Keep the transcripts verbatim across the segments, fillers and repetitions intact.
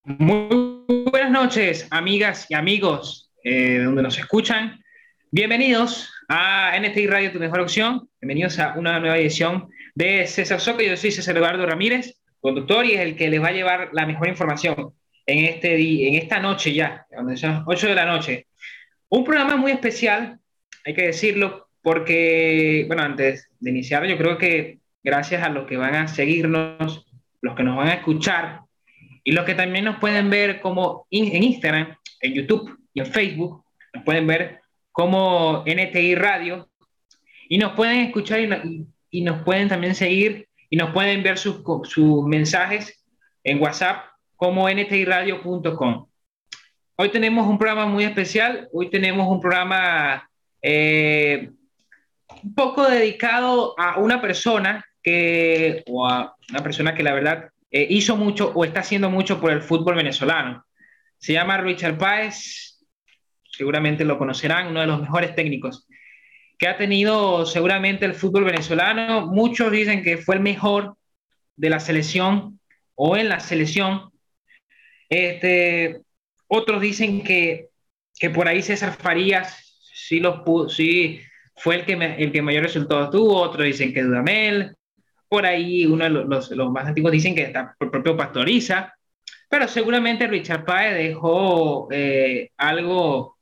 Muy buenas noches, amigas y amigos eh, donde nos escuchan. Bienvenidos a N T I Radio, tu mejor opción. Bienvenidos a una nueva edición de César Soccer. Yo soy César Eduardo Ramírez, conductor y es el que les va a llevar la mejor información en, este día, en esta noche ya, donde son ocho de la noche. Un programa muy especial, hay que decirlo, porque, bueno, antes de iniciar, yo creo que gracias a los que van a seguirnos, los que nos van a escuchar, y los que también nos pueden ver como in, en Instagram, en YouTube y en Facebook, nos pueden ver como N T I Radio y nos pueden escuchar y, y, y nos pueden también seguir y nos pueden ver sus, sus mensajes en WhatsApp como N T I radio punto com. Hoy tenemos un programa muy especial, hoy tenemos un programa eh, un poco dedicado a una persona que, o a una persona que la verdad eh, hizo mucho o está haciendo mucho por el fútbol venezolano. Se llama Richard Páez, seguramente lo conocerán, uno de los mejores técnicos que ha tenido seguramente el fútbol venezolano. Muchos dicen que fue el mejor de la selección o en la selección. Este, Otros dicen que, que por ahí César Farías sí, los pudo, sí fue el que, me, el que mayor resultado tuvo, otros dicen que Dudamel, por ahí uno de los, los, los más antiguos dicen que está el propio Pastoriza, pero seguramente Richard Páez dejó eh, algo,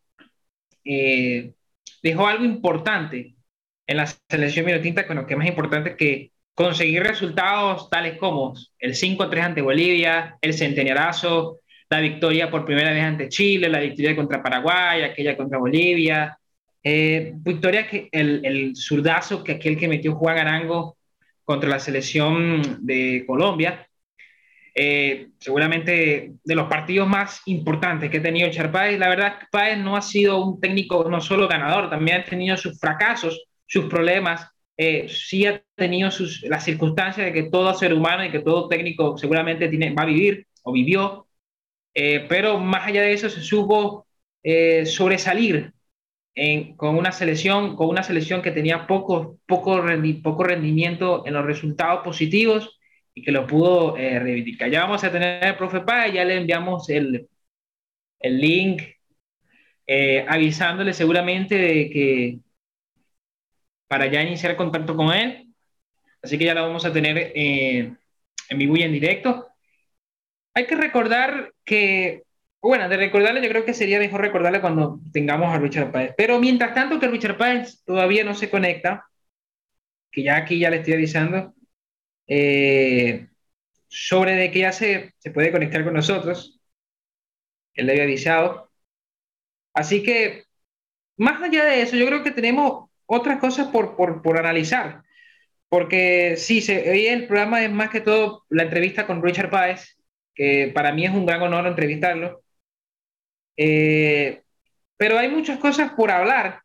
eh, dejó algo importante en la selección minotinta, con lo que es más importante que conseguir resultados tales como el cinco a tres ante Bolivia, el centenarazo, la victoria por primera vez ante Chile, la victoria contra Paraguay, aquella contra Bolivia, eh, victoria que el, el zurdazo que aquel que metió Juan Arango contra la selección de Colombia, eh, seguramente de los partidos más importantes que ha tenido Charpáez. La verdad, Páez no ha sido un técnico no solo ganador, también ha tenido sus fracasos, sus problemas, eh, sí ha tenido sus, las circunstancias de que todo ser humano y que todo técnico seguramente tiene, va a vivir o vivió, eh, pero más allá de eso se supo eh, sobresalir en, con una selección, con una selección que tenía poco, poco, rendi, poco rendimiento en los resultados positivos y que lo pudo eh, reivindicar. Ya vamos a tener al profe Páez, ya le enviamos el, el link eh, avisándole seguramente de que para ya iniciar contacto con él, así que ya lo vamos a tener eh, en vivo y en directo. Hay que recordar que, bueno, de recordarle yo creo que sería mejor recordarle cuando tengamos a Richard Páez, pero mientras tanto que Richard Páez todavía no se conecta, que ya aquí ya le estoy avisando, eh, sobre de que ya se, se puede conectar con nosotros, que él le había avisado. Así que, más allá de eso, yo creo que tenemos otras cosas por, por, por analizar, porque sí, se, hoy el programa es más que todo la entrevista con Richard Páez, que para mí es un gran honor entrevistarlo, eh, pero hay muchas cosas por hablar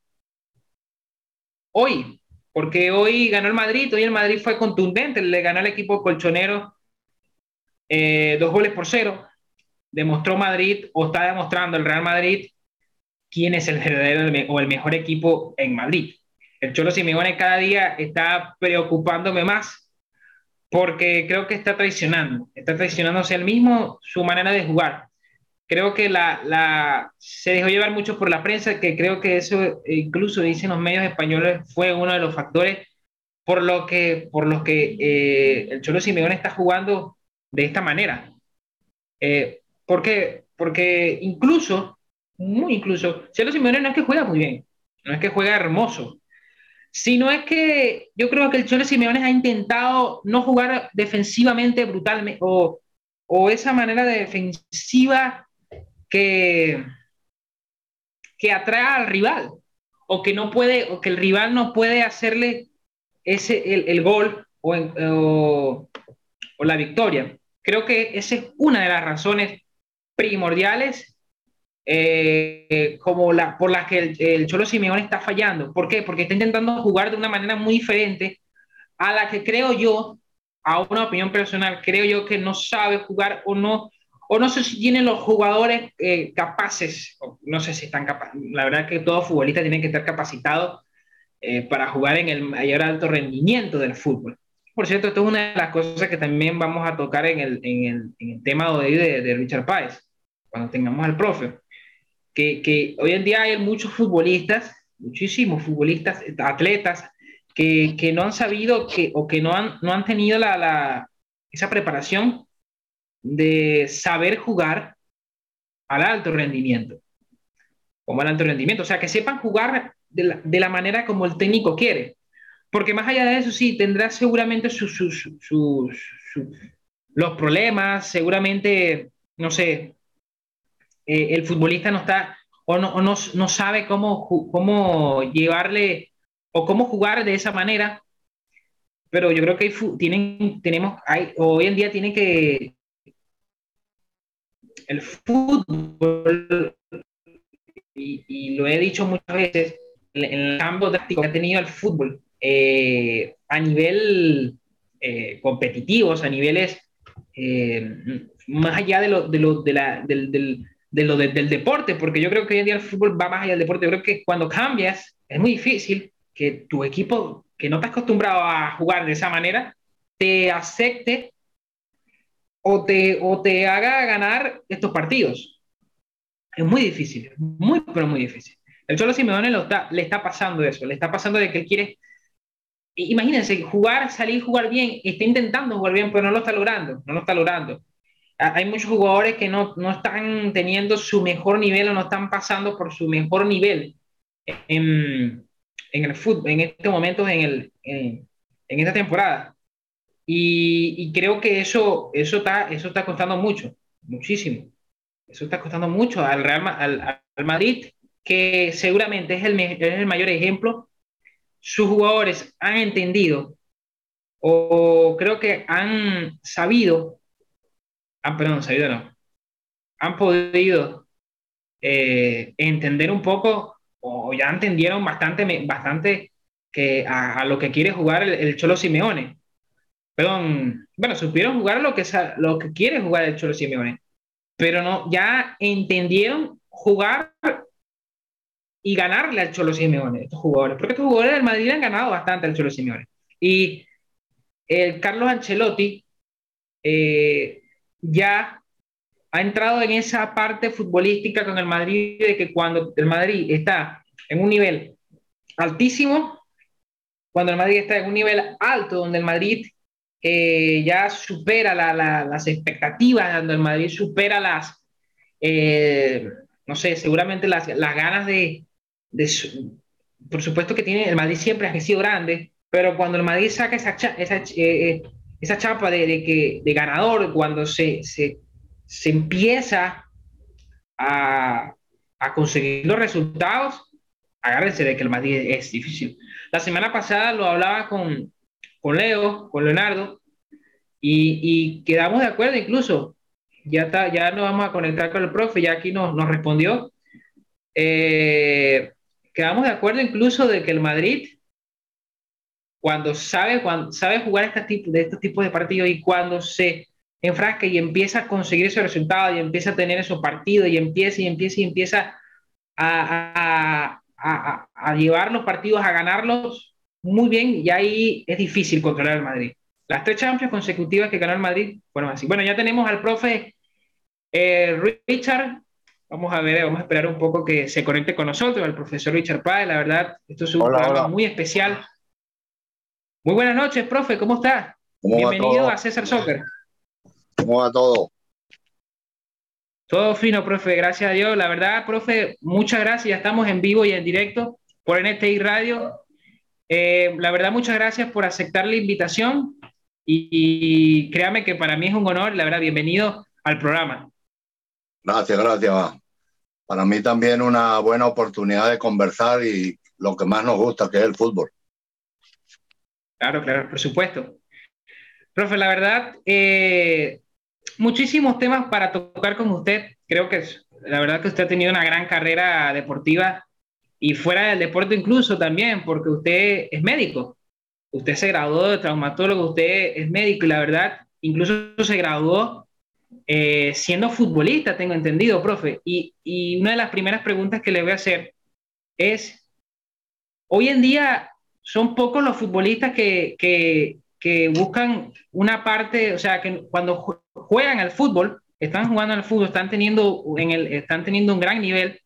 hoy, porque hoy ganó el Madrid, hoy el Madrid fue contundente, le ganó al equipo colchonero eh, dos goles por cero, demostró Madrid o está demostrando el Real Madrid quién es el verdadero o el mejor equipo en Madrid. El Cholo Simeone cada día está preocupándome más porque creo que está traicionando, está traicionándose él mismo su manera de jugar. Creo que la, la, se dejó llevar mucho por la prensa, que creo que eso, incluso dicen los medios españoles, fue uno de los factores por, lo que, por los que eh, el Cholo Simeone está jugando de esta manera. Eh, ¿Por qué? Porque incluso, muy incluso, Cholo Simeone no es que juega muy bien, no es que juega hermoso, sino es que yo creo que el Cholo Simeone ha intentado no jugar defensivamente brutalmente o, o esa manera de defensiva que, que atrae al rival o que no puede o que el rival no puede hacerle ese el, el gol o, o, o la victoria. Creo que esa es una de las razones primordiales eh, como la, por las que el, el Cholo Simeone está fallando. ¿Por qué? Porque está intentando jugar de una manera muy diferente a la que creo yo, a una opinión personal, creo yo que no sabe jugar o no, o no sé si tienen los jugadores eh, capaces, no sé si están capaces, la verdad que todo futbolista tiene que estar capacitado eh, para jugar en el mayor alto rendimiento del fútbol. Por cierto, esto es una de las cosas que también vamos a tocar en el, en el, en el tema de hoy de, de Richard Páez, cuando tengamos al profe, que, que hoy en día hay muchos futbolistas, muchísimos futbolistas, atletas, que, que no han sabido que, o que no han, no han tenido la, la, esa preparación de saber jugar al alto rendimiento, como al alto rendimiento, o sea, que sepan jugar de la, de la manera como el técnico quiere. Porque más allá de eso, sí, tendrá seguramente sus, sus, sus, sus los problemas, seguramente, no sé, eh, el futbolista no está o no, o no, no sabe cómo, cómo llevarle o cómo jugar de esa manera, pero yo creo que hay, tienen, tenemos, hay, hoy en día tienen que, el fútbol, y, y lo he dicho muchas veces, en el cambio drástico que ha tenido el fútbol eh, a nivel eh, competitivos, a niveles eh, más allá de lo, de lo, de la, del, del, de lo de, del deporte, porque yo creo que hoy en día el fútbol va más allá del deporte. Yo creo que cuando cambias es muy difícil que tu equipo, que no estás acostumbrado a jugar de esa manera, te acepte o te, o te haga ganar estos partidos. Es muy difícil, muy, pero muy difícil. El Cholo Simeone lo está, le está pasando eso, le está pasando de que él quiere, imagínense, jugar, salir, jugar bien, está intentando jugar bien, pero no lo está logrando, no lo está logrando. Hay muchos jugadores que no, no están teniendo su mejor nivel o no están pasando por su mejor nivel en, en el fútbol, en estos momentos, en, el, en, en esta temporada. Y, y, creo que eso, eso, está, eso está costando mucho, muchísimo. Eso está costando mucho al Real al, al Madrid, que seguramente es el, es el mayor ejemplo. Sus jugadores han entendido o creo que han sabido, ah, perdón, sabido no, han podido eh, entender un poco o ya entendieron bastante, bastante que a, a lo que quiere jugar el, el Cholo Simeone. Perdón, bueno, supieron jugar lo que, lo que quiere jugar el Cholo Simeone, pero no, ya entendieron jugar y ganarle al Cholo Simeone, estos jugadores, porque estos jugadores del Madrid han ganado bastante al Cholo Simeone. Y el Carlos Ancelotti eh, ya ha entrado en esa parte futbolística con el Madrid, de que cuando el Madrid está en un nivel altísimo, cuando el Madrid está en un nivel alto, donde el Madrid eh, ya supera la, la, las expectativas, donde el Madrid supera las, eh, no sé, seguramente las, las ganas de, de su, por supuesto que tiene, el Madrid siempre ha sido grande, pero cuando el Madrid saca esa, esa, eh, esa chapa de, de, que, de ganador, cuando se, se, se empieza a, a conseguir los resultados, agárrense de que el Madrid es difícil. La semana pasada lo hablaba con, con Leo, con Leonardo, y, y quedamos de acuerdo incluso. Ya, está, ya nos vamos a conectar con el profe, ya aquí nos, nos respondió. Eh, quedamos de acuerdo incluso de que el Madrid, cuando sabe, cuando sabe jugar este tipo, de estos tipos de partidos y cuando se enfrasca y empieza a conseguir ese resultado y empieza a tener esos partidos y empieza y empieza y empieza a, a, a, a llevar los partidos, a ganarlos muy bien, y ahí es difícil controlar el Madrid. Las tres Champions consecutivas que ganó el Madrid fueron así. Bueno, ya tenemos al profe eh, Richard. Vamos a ver, vamos a esperar un poco que se conecte con nosotros, el profesor Richard Páez. La verdad, esto es un Hola, programa hola. muy especial. Muy buenas noches, profe, ¿cómo está? ¿Cómo va Bienvenido todo? a César Soccer. ¿Cómo va todo? Todo fino, profe, gracias a Dios. La verdad, profe, muchas gracias. Ya estamos en vivo y en directo por N T I Radio. Eh, la verdad, muchas gracias por aceptar la invitación y, y créame que para mí es un honor. La verdad, bienvenido al programa. Gracias, gracias. Para mí también una buena oportunidad de conversar y lo que más nos gusta, que es el fútbol. Claro, claro, por supuesto. Profe, la verdad, eh, muchísimos temas para tocar con usted. Creo que es, la verdad que usted ha tenido una gran carrera deportiva y fuera del deporte incluso también, porque usted es médico. Usted se graduó de traumatólogo, usted es médico y la verdad, incluso se graduó eh, siendo futbolista, tengo entendido, profe. Y, y una de las primeras preguntas que le voy a hacer es, hoy en día son pocos los futbolistas que, que que buscan una parte, o sea, que cuando juegan al fútbol, están jugando al fútbol, están teniendo, en el, están teniendo un gran nivel,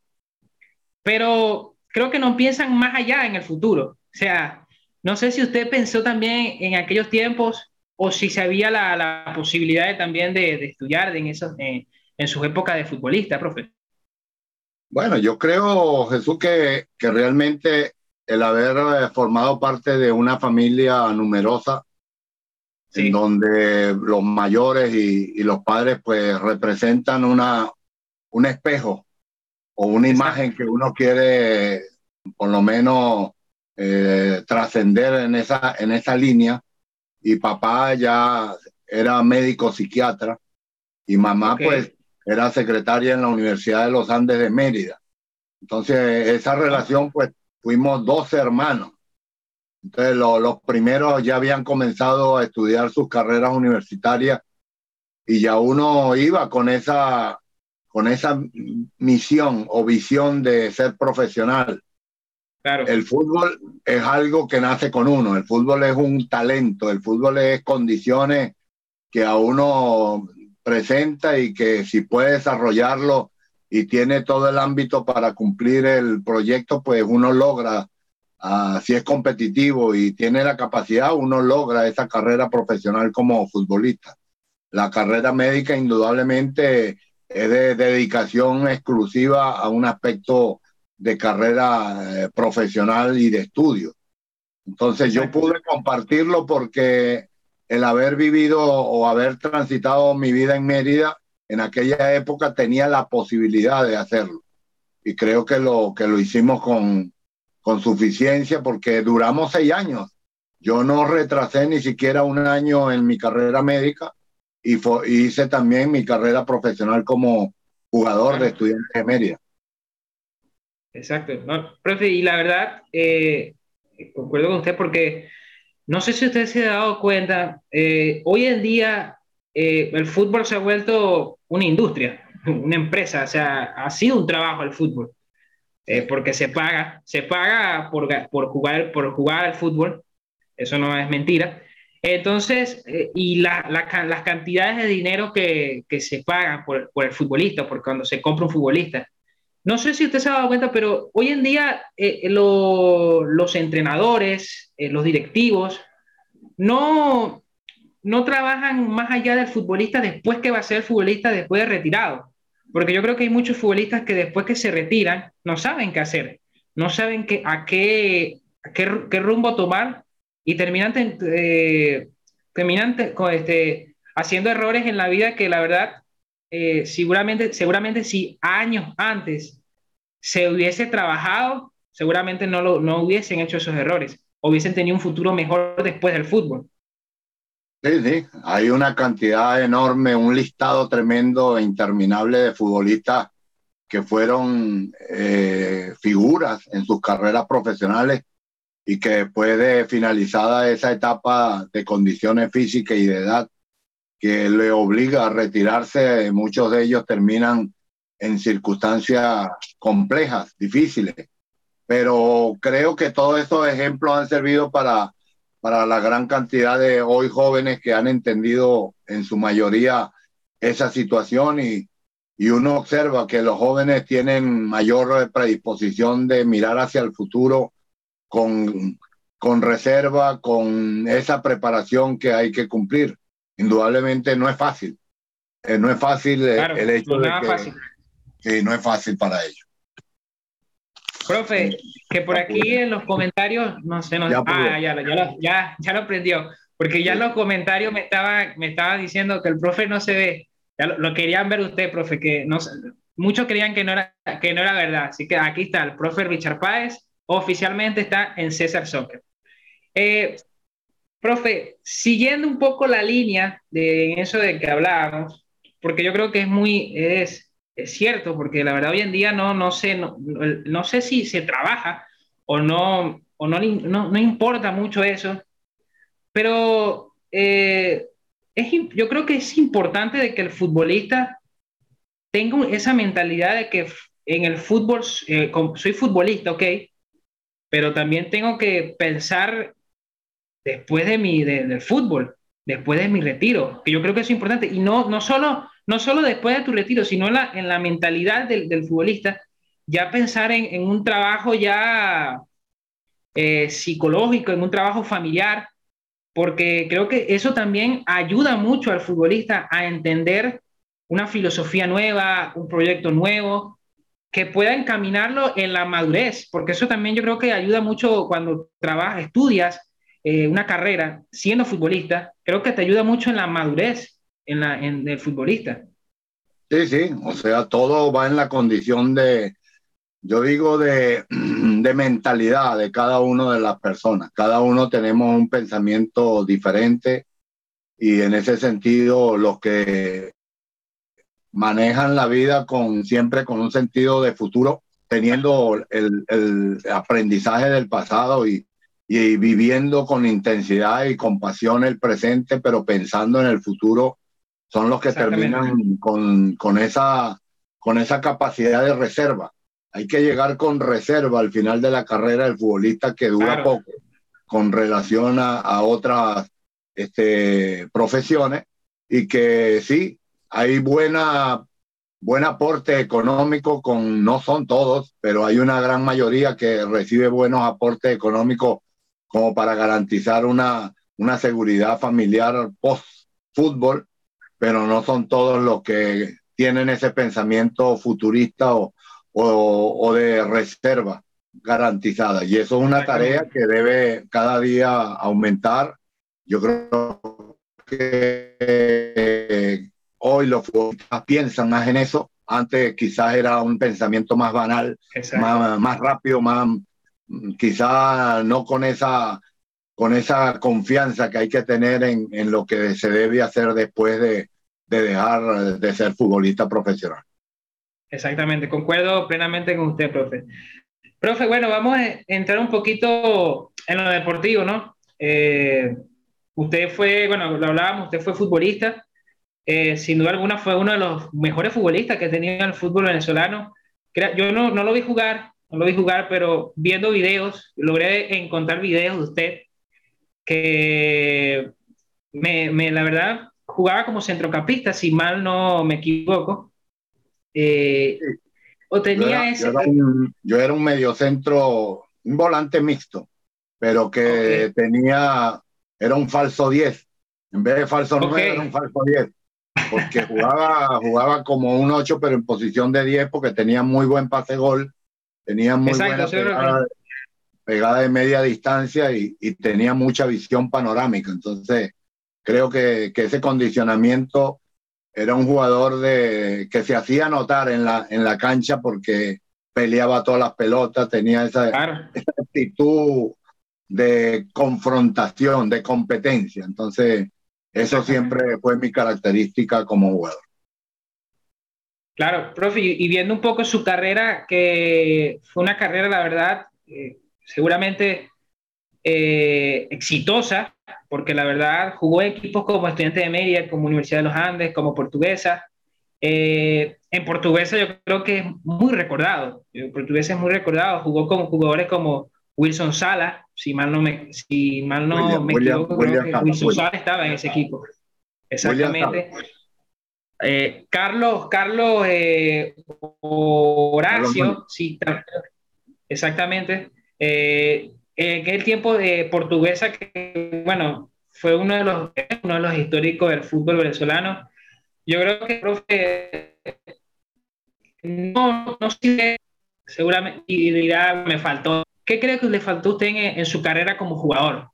pero creo que no piensan más allá en el futuro. O sea, no sé si usted pensó también en aquellos tiempos o si sabía la, la posibilidad de, también de, de estudiar en, esos, en, en sus épocas de futbolista, profe. Bueno, yo creo, Jesús, que, que realmente el haber eh, formado parte de una familia numerosa, en Sí, donde los mayores y, y los padres pues representan una, un espejo o una exacto. imagen que uno quiere por lo menos eh, trascender en esa, en esa línea. Y papá ya era médico psiquiatra y mamá Ok, pues era secretaria en la Universidad de los Andes de Mérida. Entonces esa ¿no? relación pues fuimos dos hermanos. Entonces lo, los primeros ya habían comenzado a estudiar sus carreras universitarias y ya uno iba con esa, con esa misión o visión de ser profesional. Claro, El fútbol es algo que nace con uno, el fútbol es un talento, el fútbol es condiciones que a uno presenta y que si puede desarrollarlo y tiene todo el ámbito para cumplir el proyecto, pues uno logra, uh, si es competitivo y tiene la capacidad, uno logra esa carrera profesional como futbolista. La carrera médica indudablemente es de dedicación exclusiva a un aspecto de carrera eh, profesional y de estudio. Entonces yo exacto. pude compartirlo porque el haber vivido o haber transitado mi vida en Mérida en aquella época tenía la posibilidad de hacerlo. Y creo que lo, que lo hicimos con, con suficiencia porque duramos seis años. Yo no retrasé ni siquiera un año en mi carrera médica y, fo, y hice también mi carrera profesional como jugador de Claro, Estudiantes de Mérida. exacto. No, profe, y la verdad, eh, concuerdo con usted porque no sé si usted se ha dado cuenta, eh, hoy en día eh, el fútbol se ha vuelto una industria, una empresa, o sea, ha sido un trabajo el fútbol, eh, Sí, porque se paga, se paga por, por, jugar, por jugar al fútbol, eso no es mentira. Entonces, eh, y la, la, las cantidades de dinero que, que se pagan por, por, el futbolista, por cuando se compra un futbolista. No sé si usted se ha dado cuenta, pero hoy en día eh, lo, los entrenadores, eh, los directivos, no, no trabajan más allá del futbolista después que va a ser futbolista después de retirado. Porque yo creo que hay muchos futbolistas que después que se retiran no saben qué hacer, no saben qué, a, qué, a qué, qué rumbo tomar y terminan, eh, terminan con este, haciendo errores en la vida que la verdad, eh, seguramente, seguramente si años antes se hubiese trabajado, seguramente no, lo, no hubiesen hecho esos errores, hubiesen tenido un futuro mejor después del fútbol. sí, sí. Hay una cantidad enorme, un listado tremendo e interminable de futbolistas que fueron eh, figuras en sus carreras profesionales y que después de finalizada esa etapa de condiciones físicas y de edad que le obliga a retirarse, muchos de ellos terminan en circunstancias complejas, difíciles. Pero creo que todos estos ejemplos han servido para, para la gran cantidad de hoy jóvenes que han entendido en su mayoría esa situación y, y uno observa que los jóvenes tienen mayor predisposición de mirar hacia el futuro con, con reserva, con esa preparación que hay que cumplir. Indudablemente no es fácil. Eh, no es fácil eh, Claro, el hecho no de nada que, fácil. que no es fácil para ellos. Profe, que por Ya aquí pude. en los comentarios, no sé, no, Ya ah, pude. ya, lo- ya, lo- ya, ya lo aprendió, porque ya en Sí. los comentarios me estaba, me estaba diciendo que el profe no se ve, ya lo, lo querían ver usted, profe, que no, se- muchos creían que no era, que no era verdad, así que aquí está, el profe Richard Páez oficialmente está en César Soccer. Eh, Profe, siguiendo un poco la línea de eso de que hablábamos, porque yo creo que es muy, es, es cierto, porque la verdad hoy en día no, no sé, no, no sé si se trabaja o no, o no, no, no importa mucho eso, pero eh, es, yo creo que es importante de que el futbolista tenga esa mentalidad de que en el fútbol, eh, soy futbolista, ok, pero también tengo que pensar después de mi, de- del fútbol, después de mi retiro, que yo creo que eso es importante. Y no, no solo, no solo después de tu retiro, sino en la, en la mentalidad del, del futbolista, ya pensar en, en un trabajo ya eh, psicológico, en un trabajo familiar, porque creo que eso también ayuda mucho al futbolista a entender una filosofía nueva, un proyecto nuevo, que pueda encaminarlo en la madurez, porque eso también yo creo que ayuda mucho cuando trabajas, estudias eh, una carrera siendo futbolista, creo que te ayuda mucho en la madurez en, la, en el futbolista. Sí, sí, o sea, todo va en la condición de, yo digo, de, de mentalidad de cada uno de las personas. Cada uno tenemos un pensamiento diferente y en ese sentido los que manejan la vida con siempre con un sentido de futuro, teniendo el, el aprendizaje del pasado y, y viviendo con intensidad y con pasión el presente, pero pensando en el futuro, son los que Exactamente. terminan con, con, esa, con esa capacidad de reserva. Hay que llegar con reserva al final de la carrera del futbolista, que dura Claro, poco con relación a, a otras este, profesiones, y que sí, hay buena, buen aporte económico, con, no son todos, pero hay una gran mayoría que recibe buenos aportes económicos como para garantizar una, una seguridad familiar post-fútbol, pero no son todos los que tienen ese pensamiento futurista o, o, o de reserva garantizada. Y eso es una tarea exactamente. que debe cada día aumentar. Yo creo que eh, hoy los futbolistas piensan más en eso. Antes quizás era un pensamiento más banal, Exacto. más, más rápido, más quizás no con esa, con esa confianza que hay que tener en, en lo que se debe hacer después de, de dejar de ser futbolista profesional. Exactamente, concuerdo plenamente con usted, profe. Profe, bueno, vamos a entrar un poquito en lo deportivo, ¿no? Eh, usted fue, bueno, lo hablábamos, usted fue futbolista, eh, sin duda alguna fue uno de los mejores futbolistas que tenía el fútbol venezolano. Yo no, no lo vi jugar, no lo vi jugar, pero viendo videos, logré encontrar videos de usted que me, me, la verdad jugaba como centrocampista, si mal no me equivoco, eh, o Yo era, tenía yo era ese... un, yo era un mediocentro, un volante mixto, pero Ok, que tenía, era un falso diez. En vez de falso ok, nueve era un falso diez, porque jugaba, jugaba como un ocho, pero en posición de diez, porque tenía muy buen pase gol, tenía muy exacto, buena eso es lo que... pegada, pegada de media distancia y, y tenía mucha visión panorámica. Entonces, creo que, que ese condicionamiento era un jugador de, que se hacía notar en la, en la cancha porque peleaba todas las pelotas, tenía esa, Claro. esa actitud de confrontación, de competencia. Entonces, eso Exactamente. siempre fue mi característica como jugador. Claro, profe, y, y viendo un poco su carrera, que fue una carrera, la verdad, eh, seguramente eh, exitosa, porque la verdad jugó en equipos como Estudiantes de Mérida, como Universidad de los Andes, como Portuguesa. Eh, en Portuguesa yo creo que es muy recordado. En Portuguesa es muy recordado. Jugó con jugadores como Wilson Sala, si mal no me, si mal no William, me William, equivoco, creo William que Sala, Wilson William, Sala estaba en ese equipo. William Sala, Exactamente. Eh, Carlos, Carlos eh, Carlos Núñez. Horacio, sí, exactamente. Eh, en aquel tiempo de Portuguesa, que bueno, fue uno de los, uno de los históricos del fútbol venezolano. Yo creo que, profe, no, no sé, seguramente y dirá, me faltó. ¿Qué cree que le faltó a usted en, en su carrera como jugador?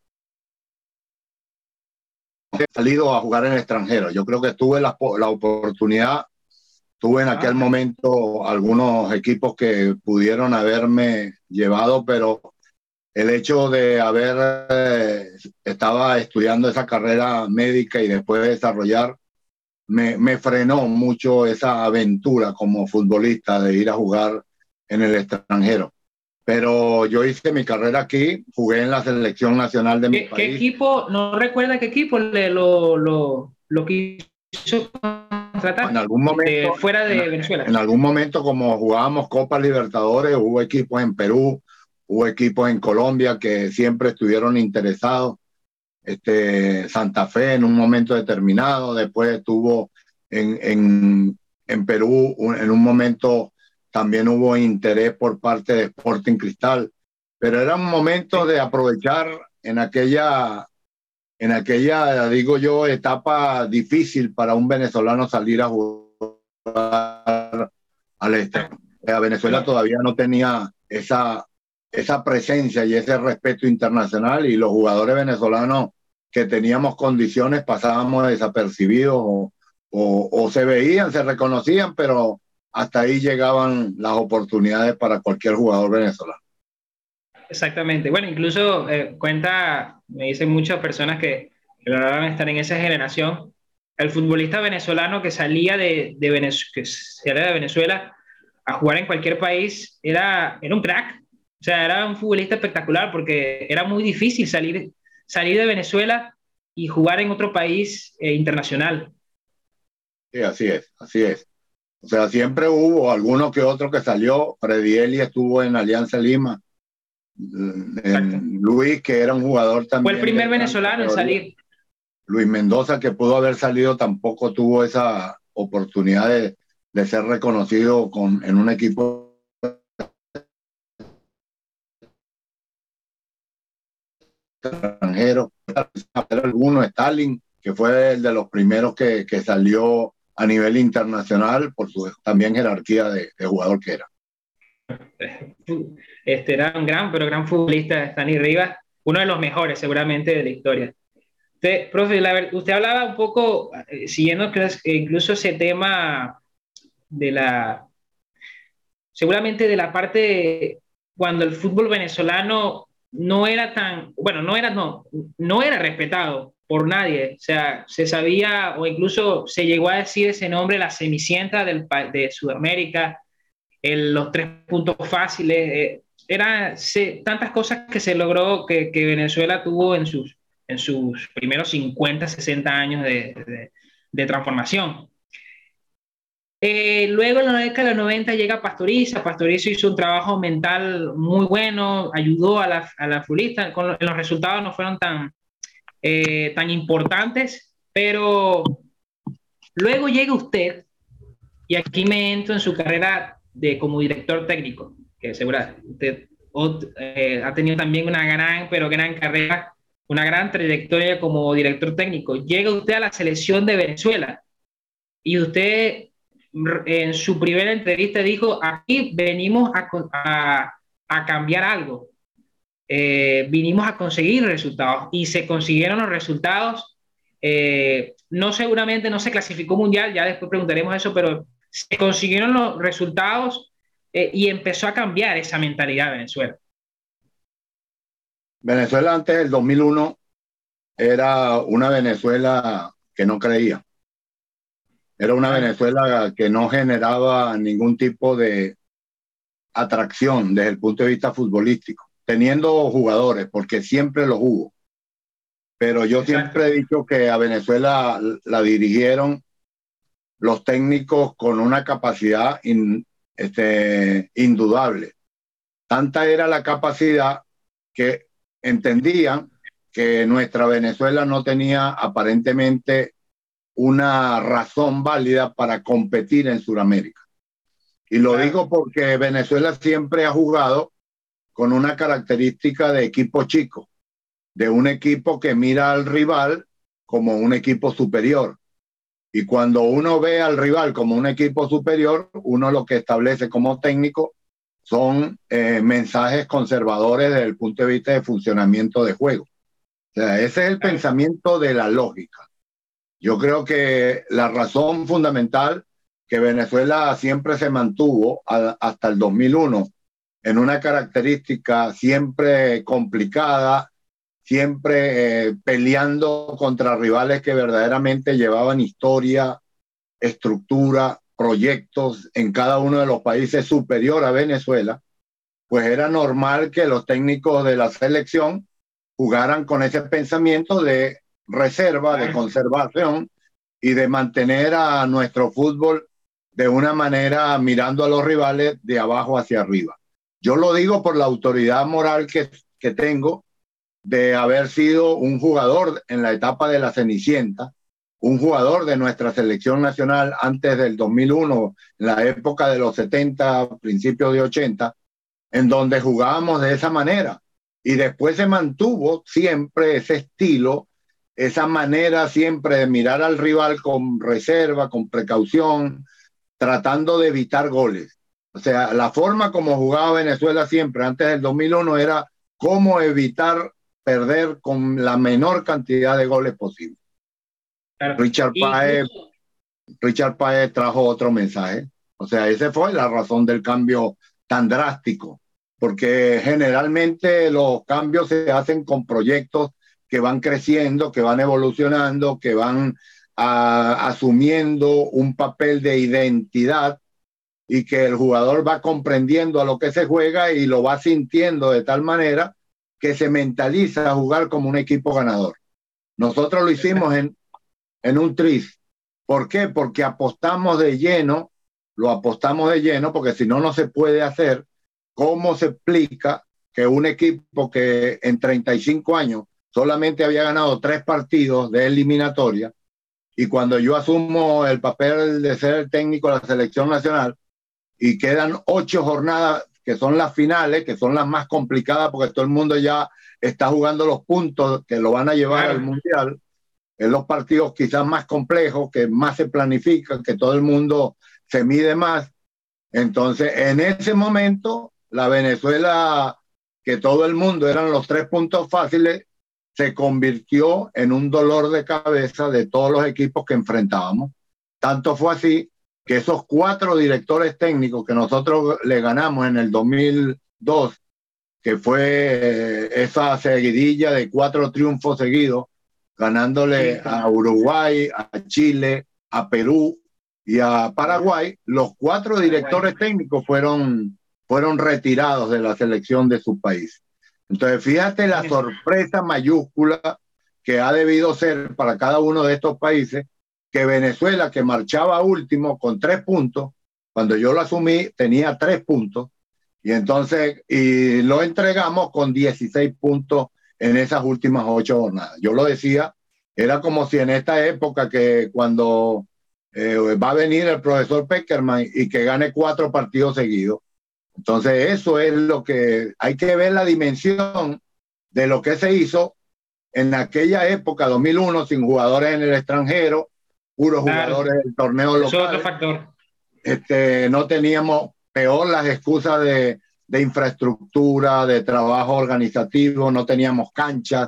He salido a jugar en el extranjero. Yo creo que tuve la, la oportunidad. Tuve en aquel ¿Ah? momento algunos equipos que pudieron haberme llevado, pero el hecho de haber eh, estaba estudiando esa carrera médica y después de desarrollar, me, me frenó mucho esa aventura como futbolista de ir a jugar en el extranjero. Pero yo hice mi carrera aquí, jugué en la selección nacional de mi ¿Qué, qué país. equipo, no recuerda qué equipo le, lo, lo, lo quiso En contratar algún de momento, fuera en, de Venezuela? en algún momento, como jugábamos Copa Libertadores, hubo equipos en Perú, hubo equipos en Colombia que siempre estuvieron interesados. este, Santa Fe en un momento determinado, después estuvo en, en, en Perú, en un momento también hubo interés por parte de Sporting Cristal, pero era un momento de aprovechar en aquella, en aquella, digo yo, etapa difícil para un venezolano salir a jugar al exterior. A Venezuela todavía no tenía esa, esa presencia y ese respeto internacional, y los jugadores venezolanos que teníamos condiciones pasábamos desapercibidos o, o, o se veían, se reconocían, pero hasta ahí llegaban las oportunidades para cualquier jugador venezolano. Exactamente. Bueno, incluso eh, cuenta, me dicen muchas personas que, que lograron estar en esa generación, el futbolista venezolano que salía de, de, Venez que salía de Venezuela a jugar en cualquier país era, era un crack. O sea, era un futbolista espectacular porque era muy difícil salir, salir de Venezuela y jugar en otro país eh, internacional. Sí, así es, así es. O sea, siempre hubo alguno que otro que salió. Freddy Eli estuvo en Alianza Lima. En Luis, que era un jugador también. Fue el primer venezolano en salir. Luis Mendoza, que pudo haber salido, tampoco tuvo esa oportunidad de, de ser reconocido con, en un equipo extranjero. Alguno, Stalin, que fue el de los primeros que, que salió a nivel internacional por su también jerarquía de, de jugador que era. Este era un gran, pero gran futbolista, Stanley Rivas, uno de los mejores seguramente de la historia. Usted, profe, la, usted hablaba un poco, eh, siguiendo incluso ese tema de la, seguramente de la parte de cuando el fútbol venezolano no era tan, bueno, no era, no, no era respetado por nadie, o sea, se sabía o incluso se llegó a decir ese nombre, la Cenicienta del, de Sudamérica, el, los tres puntos fáciles, eh, eran tantas cosas que se logró que, que Venezuela tuvo en sus, en sus primeros cincuenta, sesenta años de, de, de transformación. Eh, luego en la década de los noventa llega Pastoriza. Pastoriza hizo un trabajo mental muy bueno, ayudó a la, a la futbolista. Con los, los resultados no fueron tan, eh, tan importantes, pero luego llega usted, y aquí me entro en su carrera de, como director técnico, que seguramente usted eh, ha tenido también una gran, pero gran carrera, una gran trayectoria como director técnico. Llega usted a la selección de Venezuela y usted en su primera entrevista dijo, aquí venimos a, a, a cambiar algo, eh, vinimos a conseguir resultados, y se consiguieron los resultados. Eh, no seguramente no se clasificó mundial, ya después preguntaremos eso, pero se consiguieron los resultados eh, y empezó a cambiar esa mentalidad de Venezuela. Venezuela antes del dos mil uno era una Venezuela que no creía. Era una Venezuela que no generaba ningún tipo de atracción desde el punto de vista futbolístico, teniendo jugadores, porque siempre los hubo. Pero yo Exacto. siempre he dicho que a Venezuela la dirigieron los técnicos con una capacidad in, este, indudable. Tanta era la capacidad que entendían que nuestra Venezuela no tenía aparentemente una razón válida para competir en Sudamérica. Y lo claro. digo porque Venezuela siempre ha jugado con una característica de equipo chico, de un equipo que mira al rival como un equipo superior. Y cuando uno ve al rival como un equipo superior, uno lo que establece como técnico son eh, mensajes conservadores desde el punto de vista de funcionamiento de juego. O sea, ese es el claro. pensamiento de la lógica. Yo creo que la razón fundamental que Venezuela siempre se mantuvo a, hasta el dos mil uno en una característica siempre complicada, siempre eh, peleando contra rivales que verdaderamente llevaban historia, estructura, proyectos en cada uno de los países superior a Venezuela, pues era normal que los técnicos de la selección jugaran con ese pensamiento de reserva, de conservación y de mantener a nuestro fútbol de una manera mirando a los rivales de abajo hacia arriba. Yo lo digo por la autoridad moral que, que tengo de haber sido un jugador en la etapa de la Cenicienta, un jugador de nuestra selección nacional antes del dos mil uno, en la época de los setenta, principios de ochenta, en donde jugábamos de esa manera. Y después se mantuvo siempre ese estilo, esa manera siempre de mirar al rival con reserva, con precaución, tratando de evitar goles. O sea, la forma como jugaba Venezuela siempre antes del dos mil uno era cómo evitar perder con la menor cantidad de goles posible. Claro. Richard Páez, Richard Páez trajo otro mensaje. O sea, esa fue la razón del cambio tan drástico, porque generalmente los cambios se hacen con proyectos que van creciendo, que van evolucionando, que van a, asumiendo un papel de identidad y que el jugador va comprendiendo a lo que se juega y lo va sintiendo de tal manera que se mentaliza a jugar como un equipo ganador. Nosotros lo hicimos en, en un tris. ¿Por qué? Porque apostamos de lleno, lo apostamos de lleno, porque si no, no se puede hacer. ¿Cómo se explica que un equipo que en treinta y cinco años solamente había ganado tres partidos de eliminatoria, y cuando yo asumo el papel de ser el técnico de la selección nacional y quedan ocho jornadas que son las finales, que son las más complicadas porque todo el mundo ya está jugando los puntos que lo van a llevar claro. al Mundial, en los partidos quizás más complejos, que más se planifican, que todo el mundo se mide más. Entonces, en ese momento, la Venezuela, que todo el mundo eran los tres puntos fáciles, se convirtió en un dolor de cabeza de todos los equipos que enfrentábamos. Tanto fue así que esos cuatro directores técnicos que nosotros le ganamos en el dos mil dos, que fue eh, esa seguidilla de cuatro triunfos seguidos, ganándole a Uruguay, a Chile, a Perú y a Paraguay, los cuatro directores técnicos fueron, fueron retirados de la selección de su país. Entonces, fíjate la sorpresa mayúscula que ha debido ser para cada uno de estos países, que Venezuela, que marchaba último con tres puntos, cuando yo lo asumí tenía tres puntos, y entonces y lo entregamos con dieciséis puntos en esas últimas ocho jornadas. Yo lo decía, era como si en esta época que cuando eh, va a venir el profesor Peckerman y que gane cuatro partidos seguidos. Entonces eso es lo que hay que ver, la dimensión de lo que se hizo en aquella época, dos mil uno, sin jugadores en el extranjero, puros claro. jugadores del torneo local. Es otro factor. Este, no teníamos, peor las excusas de, de infraestructura, de trabajo organizativo, no teníamos canchas,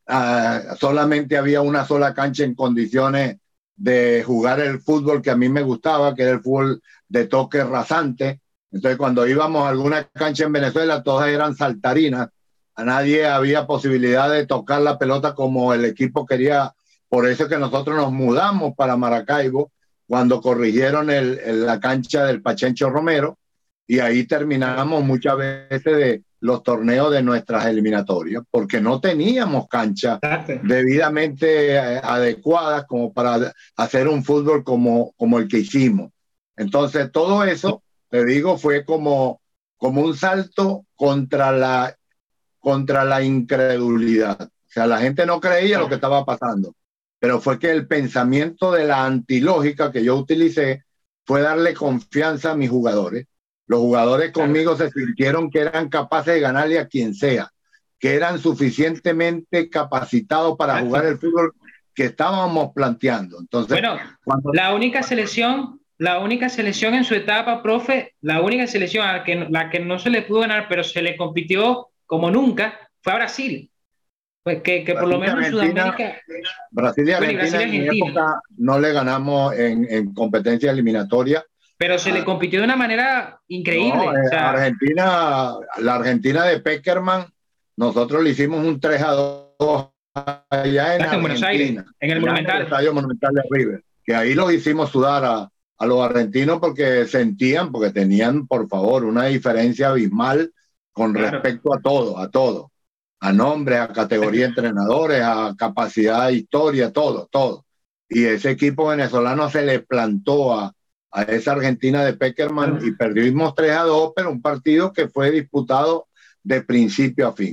uh, solamente había una sola cancha en condiciones de jugar el fútbol que a mí me gustaba, que era el fútbol de toque rasante. Entonces, cuando íbamos a alguna cancha en Venezuela, todas eran saltarinas. A nadie había posibilidad de tocar la pelota como el equipo quería. Por eso es que nosotros nos mudamos para Maracaibo cuando corrigieron el, el, la cancha del Pachencho Romero, y ahí terminamos muchas veces de los torneos de nuestras eliminatorias, porque no teníamos canchas debidamente adecuadas como para hacer un fútbol como, como el que hicimos. Entonces, todo eso, te digo, fue como, como un salto contra la, contra la incredulidad. O sea, la gente no creía lo que estaba pasando, pero fue que el pensamiento de la antilógica que yo utilicé fue darle confianza a mis jugadores. Los jugadores conmigo se sintieron que eran capaces de ganarle a quien sea, que eran suficientemente capacitados para jugar el fútbol que estábamos planteando. Entonces, bueno, cuando... la única selección, la única selección en su etapa, profe, la única selección a la que, la que no se le pudo ganar, pero se le compitió como nunca, fue a Brasil. Pues que, que por lo menos en Sudamérica. Brasil y Argentina, Brasil y Argentina. En mi época no le ganamos en, en competencia eliminatoria. Pero se ah, le compitió de una manera increíble. No, o sea, Argentina, la Argentina de Peckerman, nosotros le hicimos un tres a dos allá en, en Buenos Aires, en el Monumental. En el Estadio Monumental de River. Que ahí los hicimos sudar a, a los argentinos porque sentían, porque tenían, por favor, una diferencia abismal con claro. respecto a todo, a todo. A nombres, a categoría de entrenadores, a capacidad de historia, todo, todo. Y ese equipo venezolano se le plantó a, a esa Argentina de Peckerman y perdimos tres a dos, pero un partido que fue disputado de principio a fin.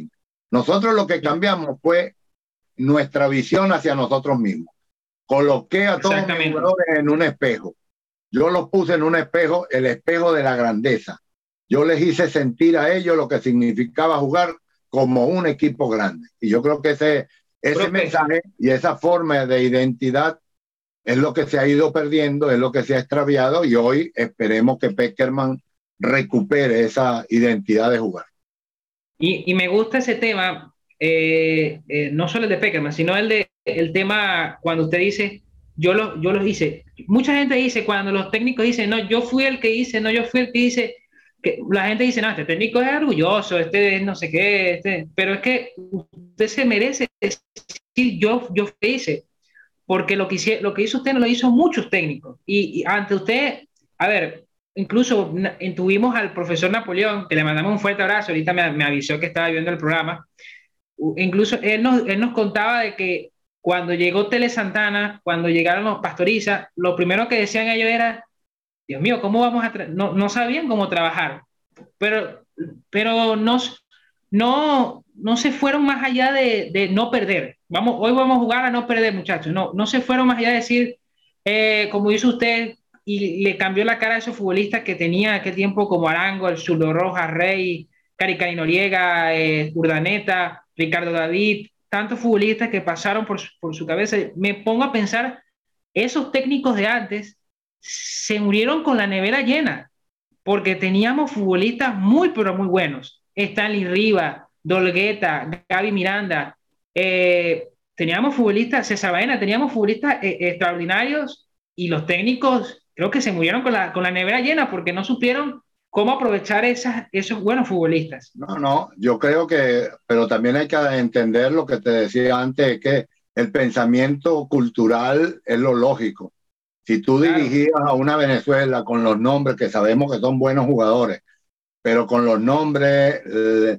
Nosotros lo que cambiamos fue nuestra visión hacia nosotros mismos. Coloqué a todos mis jugadores en un espejo. Yo los puse en un espejo, el espejo de la grandeza. Yo les hice sentir a ellos lo que significaba jugar como un equipo grande. Y yo creo que ese, ese mensaje y esa forma de identidad es lo que se ha ido perdiendo, es lo que se ha extraviado, y hoy esperemos que Pekerman recupere esa identidad de jugar. Y, y me gusta ese tema, eh, eh, no solo el de Pekerman, sino el, de, el tema cuando usted dice, yo lo, yo lo hice. Mucha gente dice, cuando los técnicos dicen, no, yo fui el que hice, no, yo fui el que hice, que la gente dice, no, este técnico es orgulloso, este es no sé qué, este, pero es que usted se merece decir, yo, yo fui hice, porque lo que, hice, lo que hizo usted no lo hizo muchos técnicos. Y, y ante usted, a ver, incluso tuvimos al profesor Napoleón, que le mandamos un fuerte abrazo, ahorita me, me avisó que estaba viendo el programa. Incluso él nos, él nos contaba de que cuando llegó Tele Santana, cuando llegaron los Pastoriza, lo primero que decían ellos era, Dios mío, ¿cómo vamos a...? No, no sabían cómo trabajar, pero, pero no, no, no se fueron más allá de, de no perder. Vamos, hoy vamos a jugar a no perder, muchachos. No, no se fueron más allá de decir, eh, como dice usted, y le cambió la cara a esos futbolistas que tenía aquel tiempo como Arango, el Zurdo Rojas, Rey, Cari Noriega, eh, Urdaneta, Ricardo David, tantos futbolistas que pasaron por su, por su cabeza. Me pongo a pensar, esos técnicos de antes se murieron con la nevera llena, porque teníamos futbolistas muy, pero muy buenos. Stanley Riva, Dolgueta, Gaby Miranda, eh, teníamos futbolistas, César Baena, teníamos futbolistas eh, extraordinarios, y los técnicos creo que se murieron con la, con la nevera llena porque no supieron cómo aprovechar esas, esos buenos futbolistas. No, no, yo creo que, pero también hay que entender lo que te decía antes, que el pensamiento cultural es lo lógico. Si tú claro. dirigías a una Venezuela con los nombres, que sabemos que son buenos jugadores, pero con los nombres, eh,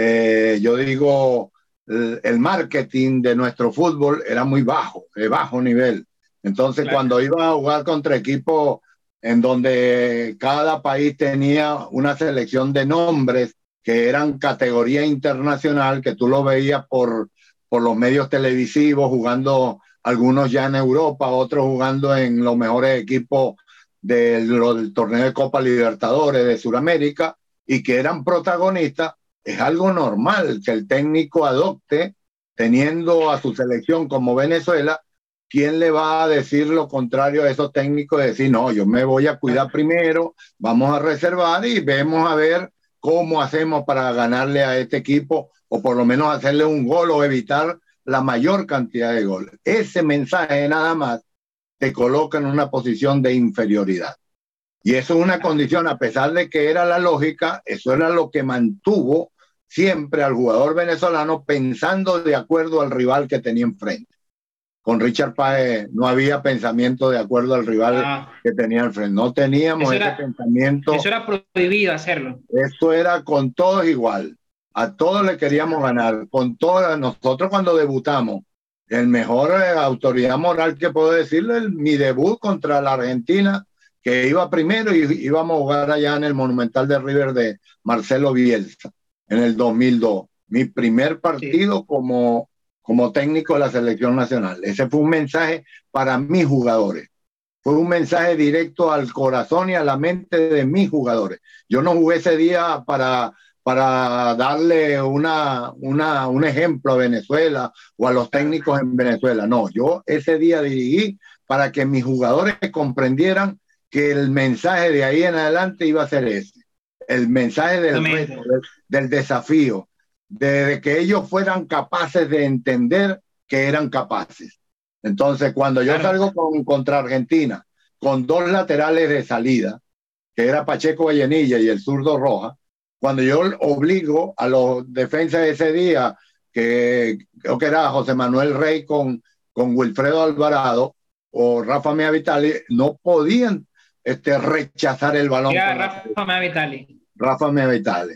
eh, yo digo, el, el marketing de nuestro fútbol era muy bajo, de bajo nivel. Entonces, claro. cuando iba a jugar contra equipos en donde cada país tenía una selección de nombres que eran categoría internacional, que tú lo veías por, por los medios televisivos, jugando algunos ya en Europa, otros jugando en los mejores equipos del, del torneo de Copa Libertadores de Sudamérica, y que eran protagonistas. Es algo normal que el técnico adopte, teniendo a su selección como Venezuela. ¿Quién le va a decir lo contrario a esos técnicos? De decir, no, yo me voy a cuidar primero, vamos a reservar y vemos a ver cómo hacemos para ganarle a este equipo, o por lo menos hacerle un gol o evitar la mayor cantidad de goles. Ese mensaje nada más te coloca en una posición de inferioridad. Y eso es una condición, a pesar de que era la lógica, eso era lo que mantuvo siempre al jugador venezolano pensando de acuerdo al rival que tenía enfrente. Con Richard Páez no había pensamiento de acuerdo al rival ah. que tenía enfrente. No teníamos eso ese era, pensamiento. Eso era prohibido hacerlo. Esto era con todos igual. A todos le queríamos ganar. Con todas, nosotros cuando debutamos, el mejor eh, autoridad moral que puedo decirle, el, mi debut contra la Argentina, que iba primero y íbamos a jugar allá en el Monumental de River de Marcelo Bielsa en el dos mil dos. Mi primer partido sí. como, como técnico de la selección nacional. Ese fue un mensaje para mis jugadores. Fue un mensaje directo al corazón y a la mente de mis jugadores. Yo no jugué ese día para, para darle una, una, un ejemplo a Venezuela o a los técnicos en Venezuela. No, yo ese día dirigí para que mis jugadores comprendieran que el mensaje de ahí en adelante iba a ser ese. El mensaje del reto, del, del desafío, de, de que ellos fueran capaces de entender que eran capaces. Entonces, cuando yo salgo con, contra Argentina, con dos laterales de salida, que era Pacheco Vallenilla y el zurdo Roja, cuando yo obligo a los defensas de ese día, que creo que era José Manuel Rey con, con Wilfredo Alvarado o Rafa Mea Vitali, no podían este, rechazar el balón. Era Rafa Mea Vitali. Rafa Mea Vitali.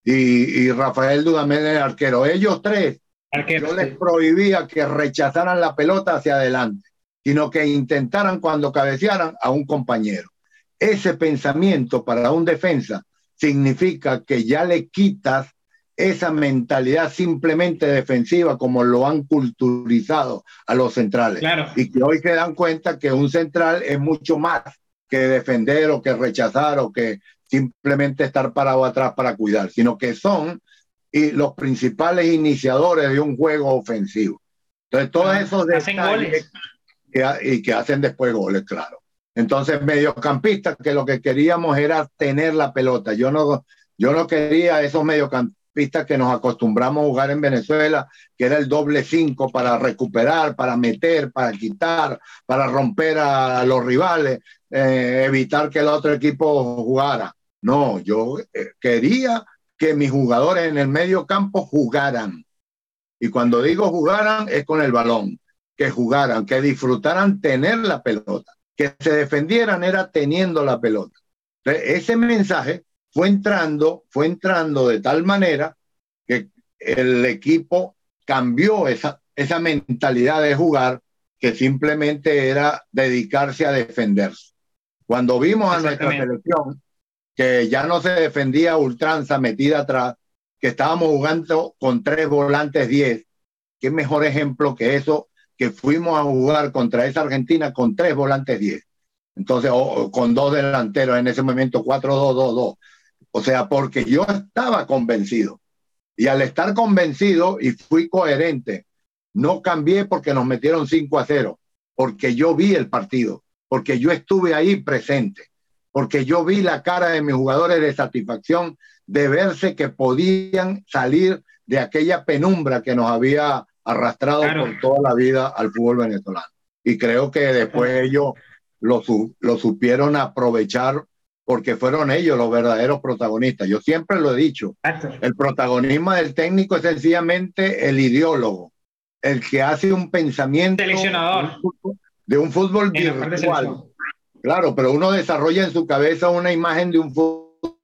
Y, y Rafael Dudamel, el arquero. Ellos tres, Arquero, yo les sí. prohibía que rechazaran la pelota hacia adelante, sino que intentaran cuando cabecearan a un compañero. Ese pensamiento para un defensa significa que ya le quitas esa mentalidad simplemente defensiva como lo han culturizado a los centrales. Claro. Y que hoy se dan cuenta que un central es mucho más que defender o que rechazar o que simplemente estar parado atrás para cuidar, sino que son y los principales iniciadores de un juego ofensivo. Entonces, todos Ah, esos hacen goles. que, y que hacen después goles, claro. Entonces, mediocampistas, que lo que queríamos era tener la pelota. Yo no, yo no quería esos mediocampistas que nos acostumbramos a jugar en Venezuela, que era el doble cinco para recuperar, para meter, para quitar, para romper a los rivales, eh, evitar que el otro equipo jugara. No, yo eh, quería que mis jugadores en el medio campo jugaran. Y cuando digo jugaran, es con el balón. Que jugaran, que disfrutaran tener la pelota. Que se defendieran era teniendo la pelota. Entonces, ese mensaje fue entrando, fue entrando de tal manera que el equipo cambió esa, esa mentalidad de jugar que simplemente era dedicarse a defenderse. Cuando vimos a nuestra selección que ya no se defendía a ultranza metida atrás, que estábamos jugando con tres volantes diez, qué mejor ejemplo que eso, que fuimos a jugar contra esa Argentina con tres volantes diez. Entonces, o, con dos delanteros en ese momento, cuatro dos dos dos. O sea, porque yo estaba convencido. Y al estar convencido y fui coherente, no cambié porque nos metieron cinco a cero, porque yo vi el partido, porque yo estuve ahí presente, porque yo vi la cara de mis jugadores de satisfacción de verse que podían salir de aquella penumbra que nos había arrastrado claro. por toda la vida al fútbol venezolano. Y creo que después claro. ellos lo, lo supieron aprovechar porque fueron ellos los verdaderos protagonistas. Yo siempre lo he dicho, Exacto. el protagonismo del técnico es sencillamente el ideólogo, el que hace un pensamiento seleccionador de un fútbol virtual. Claro, pero uno desarrolla en su cabeza una imagen de un fútbol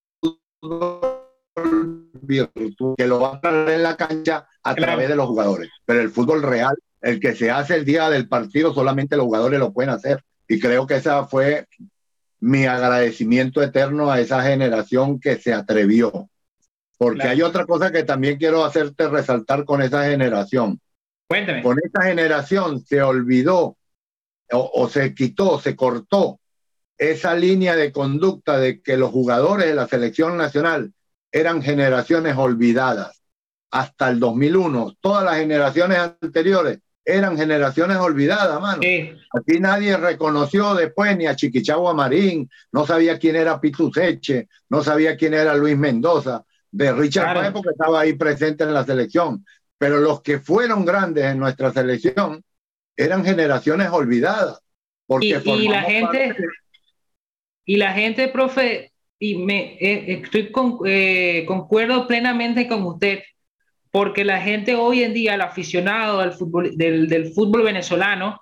virtual que lo va a traer en la cancha a claro. través de los jugadores. Pero el fútbol real, el que se hace el día del partido, solamente los jugadores lo pueden hacer. Y creo que esa fue mi agradecimiento eterno a esa generación que se atrevió. Porque claro. hay otra cosa que también quiero hacerte resaltar con esa generación. Cuéntame. Con esa generación se olvidó o, o se quitó, se cortó esa línea de conducta de que los jugadores de la selección nacional eran generaciones olvidadas. Hasta el dos mil uno, todas las generaciones anteriores eran generaciones olvidadas, mano. Sí. Aquí nadie reconoció después ni a Chiquichagua Marín, no sabía quién era Pitu Seche, no sabía quién era Luis Mendoza, de Richard Páez, porque estaba ahí presente en la selección. Pero los que fueron grandes en nuestra selección eran generaciones olvidadas. Porque y, y la gente, de... y la gente, profe, y me eh, estoy con, eh, concuerdo plenamente con usted. Porque la gente hoy en día, el aficionado del fútbol, del, del fútbol venezolano,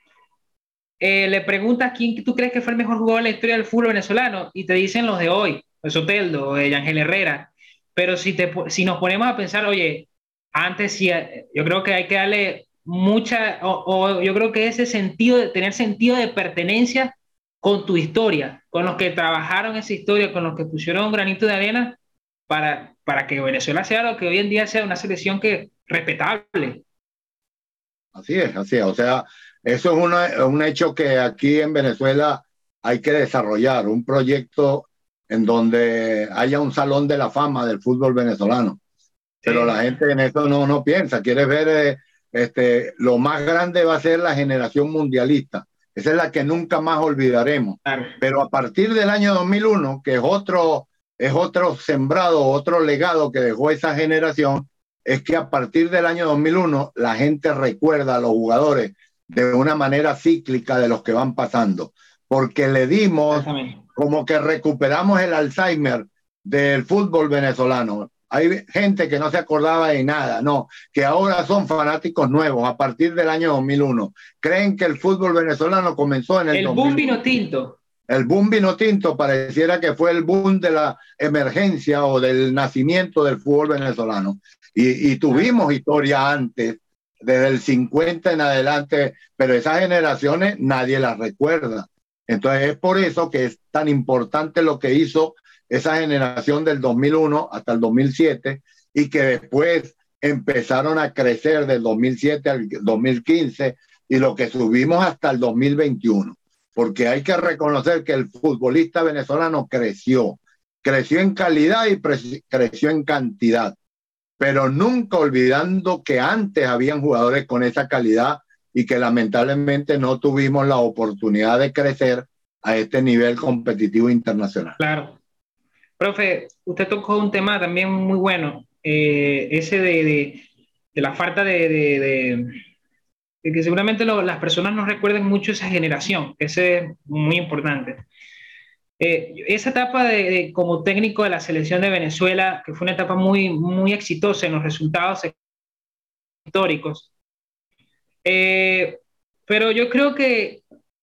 eh, le preguntas quién tú crees que fue el mejor jugador de la historia del fútbol venezolano y te dicen los de hoy, el Soteldo, el Ángel Herrera. Pero si, te, si nos ponemos a pensar, oye, antes sí, yo creo que hay que darle mucha, o, o yo creo que ese sentido de tener sentido de pertenencia con tu historia, con los que trabajaron esa historia, con los que pusieron un granito de arena, Para, para que Venezuela sea lo que hoy en día sea una selección que respetable. Así es, así es. O sea, eso es una, un hecho que aquí en Venezuela hay que desarrollar, un proyecto en donde haya un salón de la fama del fútbol venezolano. Pero sí. la gente en eso no, no piensa. Quiere ver, eh, este, lo más grande va a ser la generación mundialista. Esa es la que nunca más olvidaremos. Claro. Pero a partir del año dos mil uno, que es otro... es otro sembrado, otro legado que dejó esa generación, es que a partir del año dos mil uno la gente recuerda a los jugadores de una manera cíclica de los que van pasando, porque le dimos como que recuperamos el Alzheimer del fútbol venezolano. Hay gente que no se acordaba de nada, no, que ahora son fanáticos nuevos a partir del año dos mil uno. Creen que el fútbol venezolano comenzó en el El boom vino tinto. El boom vino tinto pareciera que fue el boom de la emergencia o del nacimiento del fútbol venezolano. Y, y tuvimos historia antes, desde el cincuenta en adelante, pero esas generaciones nadie las recuerda. Entonces es por eso que es tan importante lo que hizo esa generación del dos mil uno hasta el dos mil siete, y que después empezaron a crecer del dos mil siete al dos mil quince y lo que subimos hasta el dos mil veintiuno. Porque hay que reconocer que el futbolista venezolano creció, creció en calidad y creció en cantidad, pero nunca olvidando que antes habían jugadores con esa calidad y que lamentablemente no tuvimos la oportunidad de crecer a este nivel competitivo internacional. Claro. Profe, usted tocó un tema también muy bueno, eh, ese de, de, de la falta de, de, de, de que seguramente lo, las personas no recuerden mucho esa generación, ese es muy importante. Eh, esa etapa de, de, como técnico de la selección de Venezuela, que fue una etapa muy, muy exitosa en los resultados históricos, eh, pero yo creo que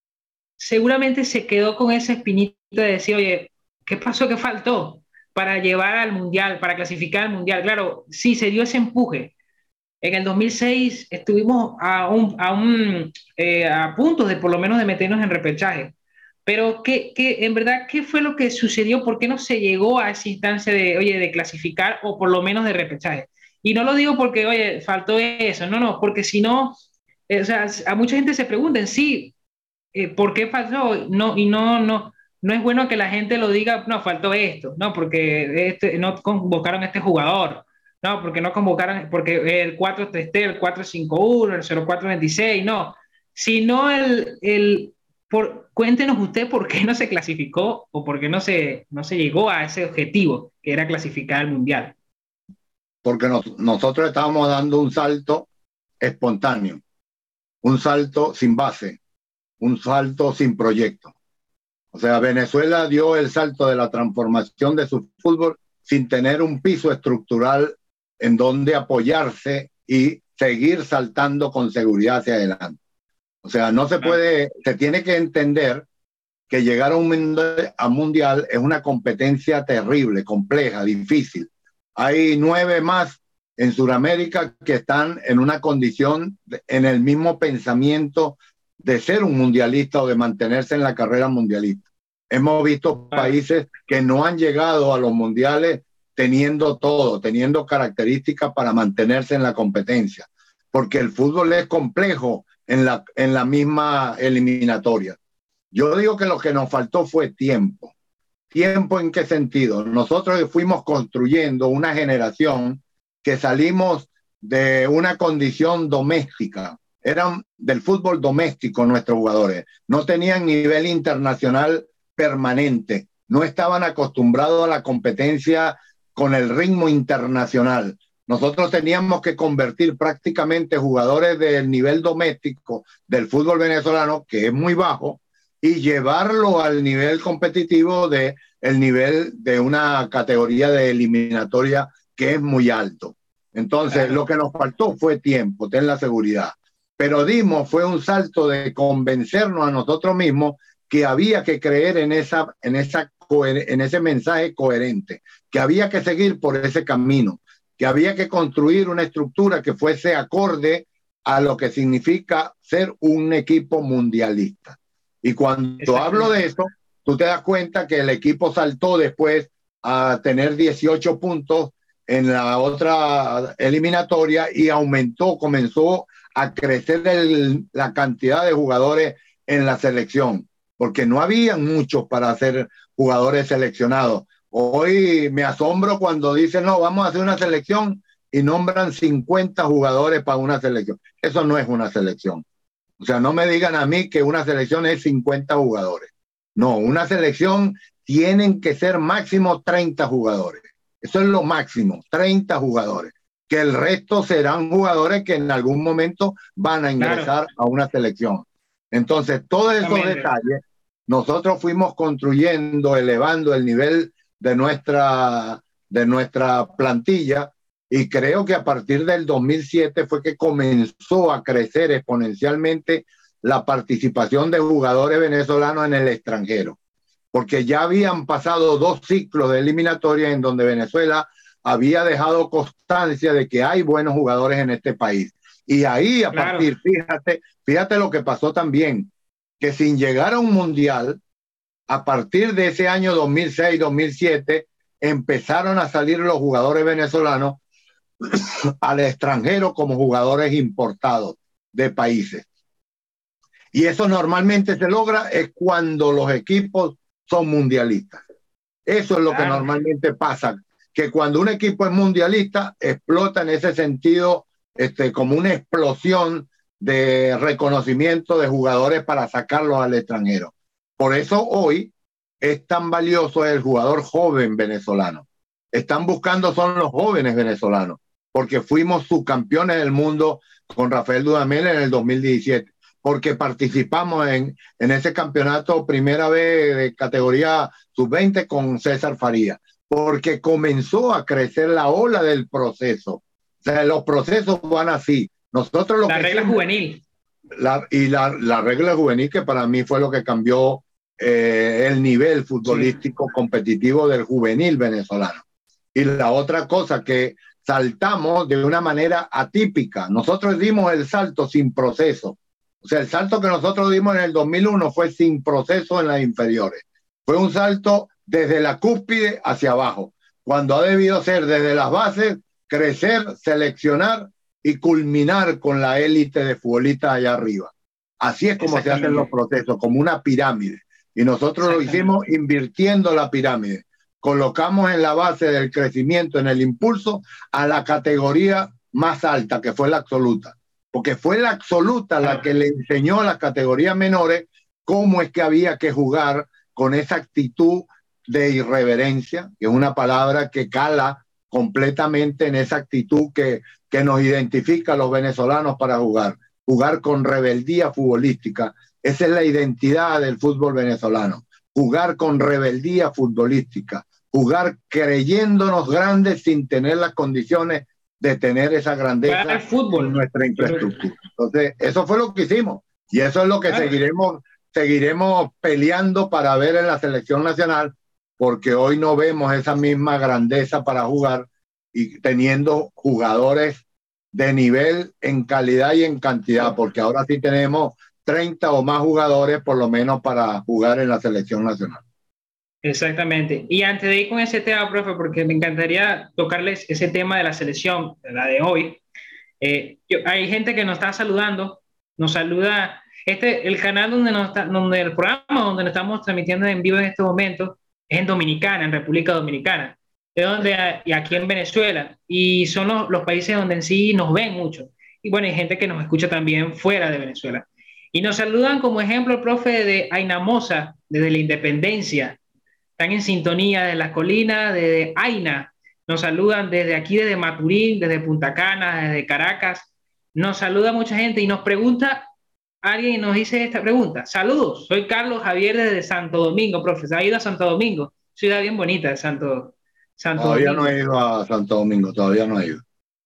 seguramente se quedó con esa espinita de decir, oye, ¿qué pasó? ¿Qué faltó para llevar al Mundial, para clasificar al Mundial? Claro, sí, se dio ese empuje. En el dos mil seis estuvimos a, un, a, un, eh, a puntos de por lo menos de meternos en repechaje. Pero ¿qué, qué, en verdad, ¿qué fue lo que sucedió? ¿Por qué no se llegó a esa instancia de, oye, de clasificar o por lo menos de repechaje? Y no lo digo porque, oye, faltó eso, no, no, porque si no, eh, o sea, a mucha gente se pregunta, sí, eh, ¿por qué faltó? No, y no, no, no es bueno que la gente lo diga, no, faltó esto, no, porque este, no convocaron a este jugador, no, porque no convocaron, porque el cuatro tres tres, el cuatro cinco uno, el cero cuatro veintiséis, no, sino el, el por, cuéntenos usted por qué no se clasificó o por qué no se, no se llegó a ese objetivo, que era clasificar al Mundial. Porque nos, nosotros estábamos dando un salto espontáneo, un salto sin base, un salto sin proyecto. O sea, Venezuela dio el salto de la transformación de su fútbol sin tener un piso estructural en donde apoyarse y seguir saltando con seguridad hacia adelante. O sea, no se puede, se tiene que entender que llegar a un a mundial es una competencia terrible, compleja, difícil. Hay nueve más en Sudamérica que están en una condición, en el mismo pensamiento de ser un mundialista o de mantenerse en la carrera mundialista. Hemos visto países que no han llegado a los mundiales teniendo todo, teniendo características para mantenerse en la competencia, porque el fútbol es complejo en la, en la misma eliminatoria. Yo digo que lo que nos faltó fue tiempo. ¿Tiempo en qué sentido? Nosotros fuimos construyendo una generación que salimos de una condición doméstica. Eran del fútbol doméstico nuestros jugadores. No tenían nivel internacional permanente. No estaban acostumbrados a la competencia con el ritmo internacional. Nosotros teníamos que convertir prácticamente jugadores del nivel doméstico del fútbol venezolano, que es muy bajo, y llevarlo al nivel competitivo de el nivel de una categoría de eliminatoria que es muy alto. Entonces, claro, lo que nos faltó fue tiempo, ten la seguridad. Pero dimos, fue un salto de convencernos a nosotros mismos que había que creer en, esa, en, esa, en ese mensaje coherente, que había que seguir por ese camino, que había que construir una estructura que fuese acorde a lo que significa ser un equipo mundialista. Y cuando hablo de eso, tú te das cuenta que el equipo saltó después a tener dieciocho puntos en la otra eliminatoria y aumentó, comenzó a crecer el, la cantidad de jugadores en la selección, porque no había muchos para ser jugadores seleccionados. Hoy me asombro cuando dicen, no, vamos a hacer una selección y nombran cincuenta jugadores para una selección. Eso no es una selección. O sea, no me digan a mí que una selección es cincuenta jugadores. No, una selección tienen que ser máximo treinta jugadores. Eso es lo máximo, treinta jugadores. Que el resto serán jugadores que en algún momento van a ingresar, claro, a una selección. Entonces, todos esos También, detalles, nosotros fuimos construyendo, elevando el nivel de nuestra, de nuestra plantilla. Y creo que a partir del dos mil siete fue que comenzó a crecer exponencialmente la participación de jugadores venezolanos en el extranjero, porque ya habían pasado dos ciclos de eliminatoria en donde Venezuela había dejado constancia de que hay buenos jugadores en este país. Y ahí a claro. partir, fíjate, fíjate lo que pasó también, que sin llegar a un mundial, a partir de ese año dos mil seis, dos mil siete, empezaron a salir los jugadores venezolanos al extranjero como jugadores importados de países. Y eso normalmente se logra es cuando los equipos son mundialistas. Eso es lo que normalmente pasa, que cuando un equipo es mundialista, explota en ese sentido este, como una explosión de reconocimiento de jugadores para sacarlos al extranjero. Por eso hoy es tan valioso el jugador joven venezolano. Están buscando son los jóvenes venezolanos, porque fuimos subcampeones del mundo con Rafael Dudamel en el dos mil diecisiete, porque participamos en, en ese campeonato primera vez de categoría sub veinte con César Faría, porque comenzó a crecer la ola del proceso. O sea, los procesos van así. Nosotros lo la que regla hicimos, juvenil. La, y la, la regla juvenil, que para mí fue lo que cambió eh, el nivel futbolístico sí. competitivo del juvenil venezolano. Y la otra cosa, que saltamos de una manera atípica. Nosotros dimos el salto sin proceso. O sea, el salto que nosotros dimos en el dos mil uno fue sin proceso en las inferiores. Fue un salto desde la cúspide hacia abajo, cuando ha debido ser desde las bases, crecer, seleccionar y culminar con la élite de futbolistas allá arriba. Así es como se hacen los procesos, como una pirámide. Y nosotros lo hicimos invirtiendo la pirámide. Colocamos en la base del crecimiento, en el impulso, a la categoría más alta, que fue la absoluta. Porque fue la absoluta la que le enseñó a las categorías menores cómo es que había que jugar con esa actitud de irreverencia, que es una palabra que cala completamente en esa actitud que, que nos identifica a los venezolanos para jugar. Jugar con rebeldía futbolística. Esa es la identidad del fútbol venezolano. Jugar con rebeldía futbolística. Jugar creyéndonos grandes sin tener las condiciones de tener esa grandeza para el fútbol en nuestra infraestructura. Entonces, eso fue lo que hicimos. Y eso es lo que claro. seguiremos, seguiremos peleando para ver en la selección nacional, porque hoy no vemos esa misma grandeza para jugar y teniendo jugadores de nivel en calidad y en cantidad, porque ahora sí tenemos treinta o más jugadores por lo menos para jugar en la selección nacional. Exactamente. Y antes de ir con ese tema, profe, porque me encantaría tocarles ese tema de la selección, la de hoy. Eh, yo, hay gente que nos está saludando, nos saluda, este, el canal donde nos está, donde el programa donde nos estamos transmitiendo en vivo en este momento es en Dominicana, en República Dominicana, es donde, y aquí en Venezuela, y son los, los países donde en sí nos ven mucho. Y bueno, hay gente que nos escucha también fuera de Venezuela. Y nos saludan como ejemplo el profe de Ainamosa, desde la Independencia. Están en sintonía de las colinas, desde Aina. Nos saludan desde aquí, desde Maturín, desde Punta Cana, desde Caracas. Nos saluda mucha gente y nos pregunta, alguien nos dice esta pregunta. Saludos, soy Carlos Javier desde Santo Domingo, profe. ¿Ha ido a Santo Domingo? Ciudad bien bonita de Santo, Santo todavía Domingo. Todavía no he ido a Santo Domingo, todavía no he ido.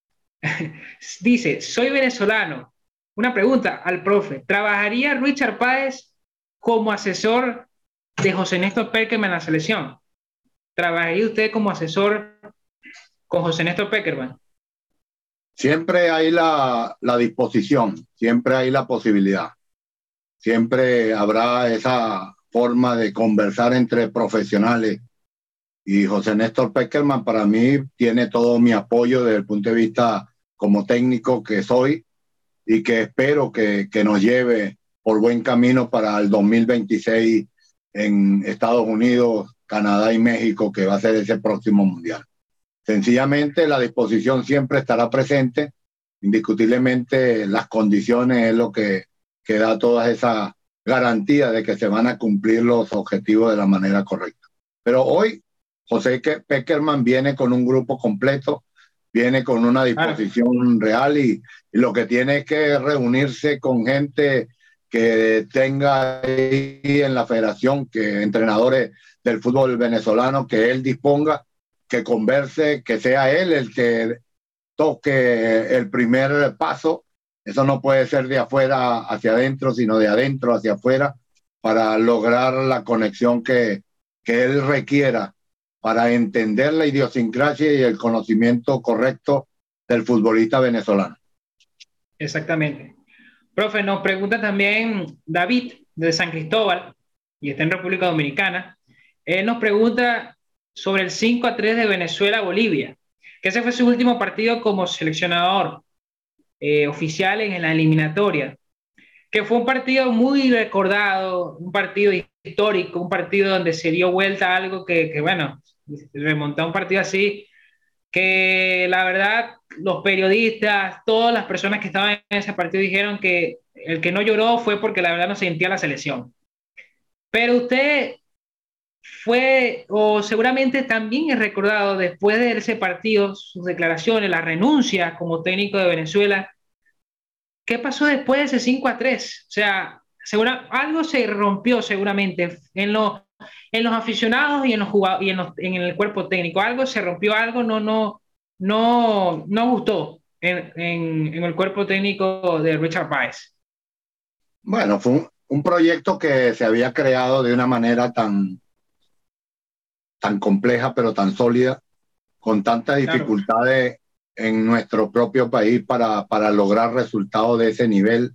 Dice, soy venezolano. Una pregunta al profe. ¿Trabajaría Richard Páez como asesor de José Néstor Peckerman en la selección? ¿Trabajaría usted como asesor con José Néstor Peckerman? Siempre hay la, la disposición, siempre hay la posibilidad. Siempre habrá esa forma de conversar entre profesionales. Y José Néstor Peckerman para mí tiene todo mi apoyo desde el punto de vista como técnico que soy y que espero que, que nos lleve por buen camino para el dos mil veintiséis en Estados Unidos, Canadá y México, que va a ser ese próximo mundial. Sencillamente la disposición siempre estará presente, indiscutiblemente las condiciones es lo que, que da todas esas garantías de que se van a cumplir los objetivos de la manera correcta. Pero hoy José Peckerman viene con un grupo completo, viene con una disposición real y, y lo que tiene es que reunirse con gente que tenga ahí en la federación, que entrenadores del fútbol venezolano, que él disponga, que converse, que sea él el que toque el primer paso. Eso no puede ser de afuera hacia adentro, sino de adentro hacia afuera, para lograr la conexión que, que él requiera para entender la idiosincrasia y el conocimiento correcto del futbolista venezolano. Exactamente. Profe, nos pregunta también David de San Cristóbal, y está en República Dominicana. Él nos pregunta sobre el cinco a tres de Venezuela-Bolivia, que ese fue su último partido como seleccionador eh, oficial en la eliminatoria, que fue un partido muy recordado, un partido histórico, un partido donde se dio vuelta a algo que, que bueno, remontar un partido así, que la verdad los periodistas, todas las personas que estaban en ese partido dijeron que el que no lloró fue porque la verdad no sentía la selección. Pero usted fue, o seguramente también es recordado después de ese partido, sus declaraciones, la renuncia como técnico de Venezuela. ¿Qué pasó después de ese cinco a tres? O sea, segura, algo se rompió seguramente en, lo, en los aficionados y, en, los jugadores, y en, los, en el cuerpo técnico. Algo se rompió, algo no, no, no, no gustó en, en, en el cuerpo técnico de Richard Páez. Bueno, fue un, un proyecto que se había creado de una manera tan, tan compleja, pero tan sólida, con tantas dificultades claro. en nuestro propio país para, para lograr resultados de ese nivel.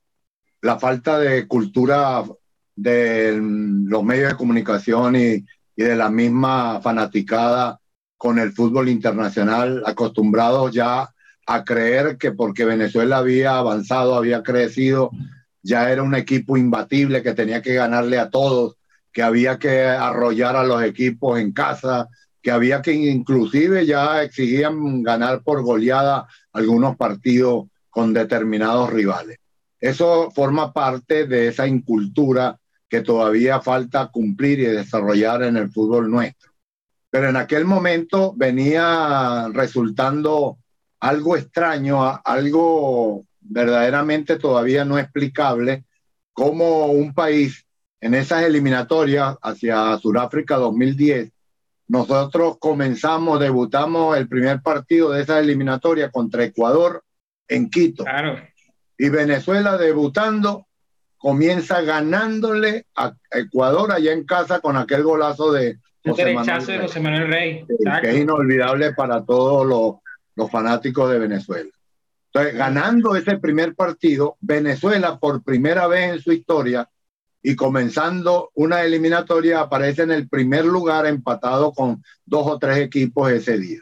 La falta de cultura de los medios de comunicación y, y de la misma fanaticada con el fútbol internacional, acostumbrados ya a creer que porque Venezuela había avanzado, había crecido, ya era un equipo imbatible que tenía que ganarle a todos, que había que arrollar a los equipos en casa, que había que inclusive ya exigían ganar por goleada algunos partidos con determinados rivales. Eso forma parte de esa incultura que todavía falta cumplir y desarrollar en el fútbol nuestro. Pero en aquel momento venía resultando algo extraño, algo verdaderamente todavía no explicable, como un país en esas eliminatorias hacia Sudáfrica dos mil diez, nosotros comenzamos, debutamos el primer partido de esa eliminatoria contra Ecuador en Quito. Claro. Y Venezuela debutando comienza ganándole a Ecuador allá en casa con aquel golazo de José Manuel Rey, de José Manuel Rey. Que es inolvidable para todos los, los fanáticos de Venezuela. Entonces, ganando ese primer partido, Venezuela por primera vez en su historia y comenzando una eliminatoria aparece en el primer lugar empatado con dos o tres equipos ese día.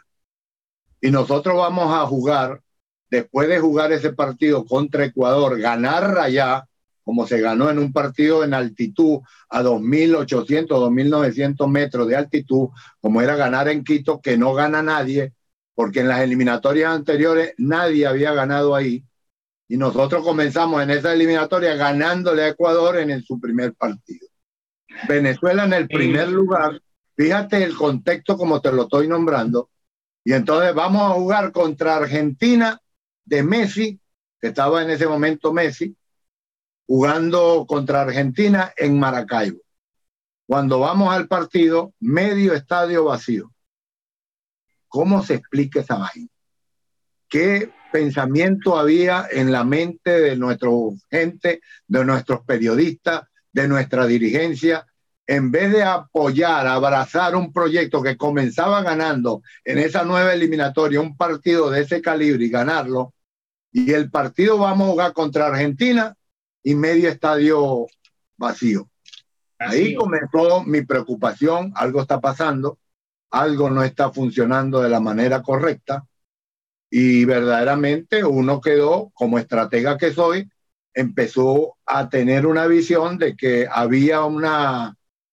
Y nosotros vamos a jugar, después de jugar ese partido contra Ecuador, ganar allá, como se ganó en un partido en altitud a dos mil ochocientos, dos mil novecientos metros de altitud, como era ganar en Quito, que no gana nadie, porque en las eliminatorias anteriores nadie había ganado ahí. Y nosotros comenzamos en esa eliminatoria ganándole a Ecuador en el, su primer partido. Venezuela en el primer lugar, fíjate el contexto como te lo estoy nombrando, y entonces vamos a jugar contra Argentina de Messi, que estaba en ese momento Messi, jugando contra Argentina en Maracaibo. Cuando vamos al partido, medio estadio vacío. ¿Cómo se explica esa vaina? ¿Qué pensamiento había en la mente de nuestra gente, de nuestros periodistas, de nuestra dirigencia, en vez de apoyar, abrazar un proyecto que comenzaba ganando en esa nueva eliminatoria, un partido de ese calibre y ganarlo, y el partido vamos a jugar contra Argentina y medio estadio vacío? Así. Ahí comenzó mi preocupación, algo está pasando, algo no está funcionando de la manera correcta. Y verdaderamente uno quedó, como estratega que soy, empezó a tener una visión de que había una,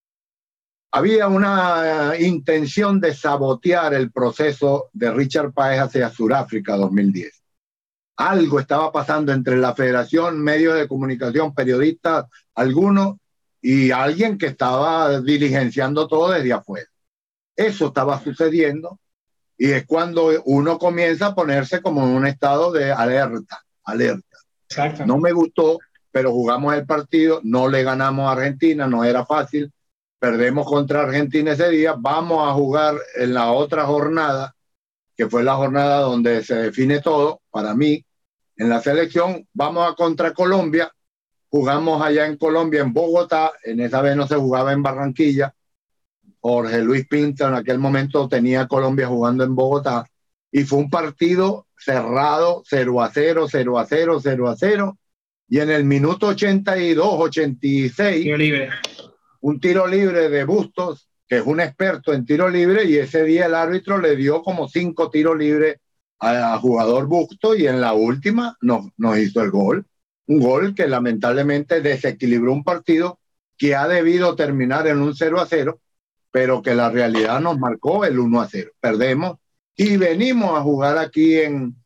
había una intención de sabotear el proceso de Richard Páez hacia Sudáfrica dos mil diez. Algo estaba pasando entre la federación, medios de comunicación, periodistas, algunos, y alguien que estaba diligenciando todo desde afuera. Eso estaba sucediendo. Y es cuando uno comienza a ponerse como en un estado de alerta, alerta. Exacto. No me gustó, pero jugamos el partido, no le ganamos a Argentina, no era fácil, perdemos contra Argentina ese día, vamos a jugar en la otra jornada, que fue la jornada donde se define todo, para mí, en la selección, vamos a contra Colombia, jugamos allá en Colombia, en Bogotá, en esa vez no se jugaba en Barranquilla, Jorge Luis Pinto en aquel momento tenía a Colombia jugando en Bogotá y fue un partido cerrado, cero a cero, cero a cero, cero a cero, y en el minuto ochenta y dos, ochenta y seis, tiro libre. un tiro libre de Bustos que es un experto en tiro libre, y ese día el árbitro le dio como cinco tiros libres a, a jugador Busto, y en la última nos, nos hizo el gol. Un gol que lamentablemente desequilibró un partido que ha debido terminar en un cero a cero, pero que la realidad nos marcó el uno a cero. Perdemos y venimos a jugar aquí en,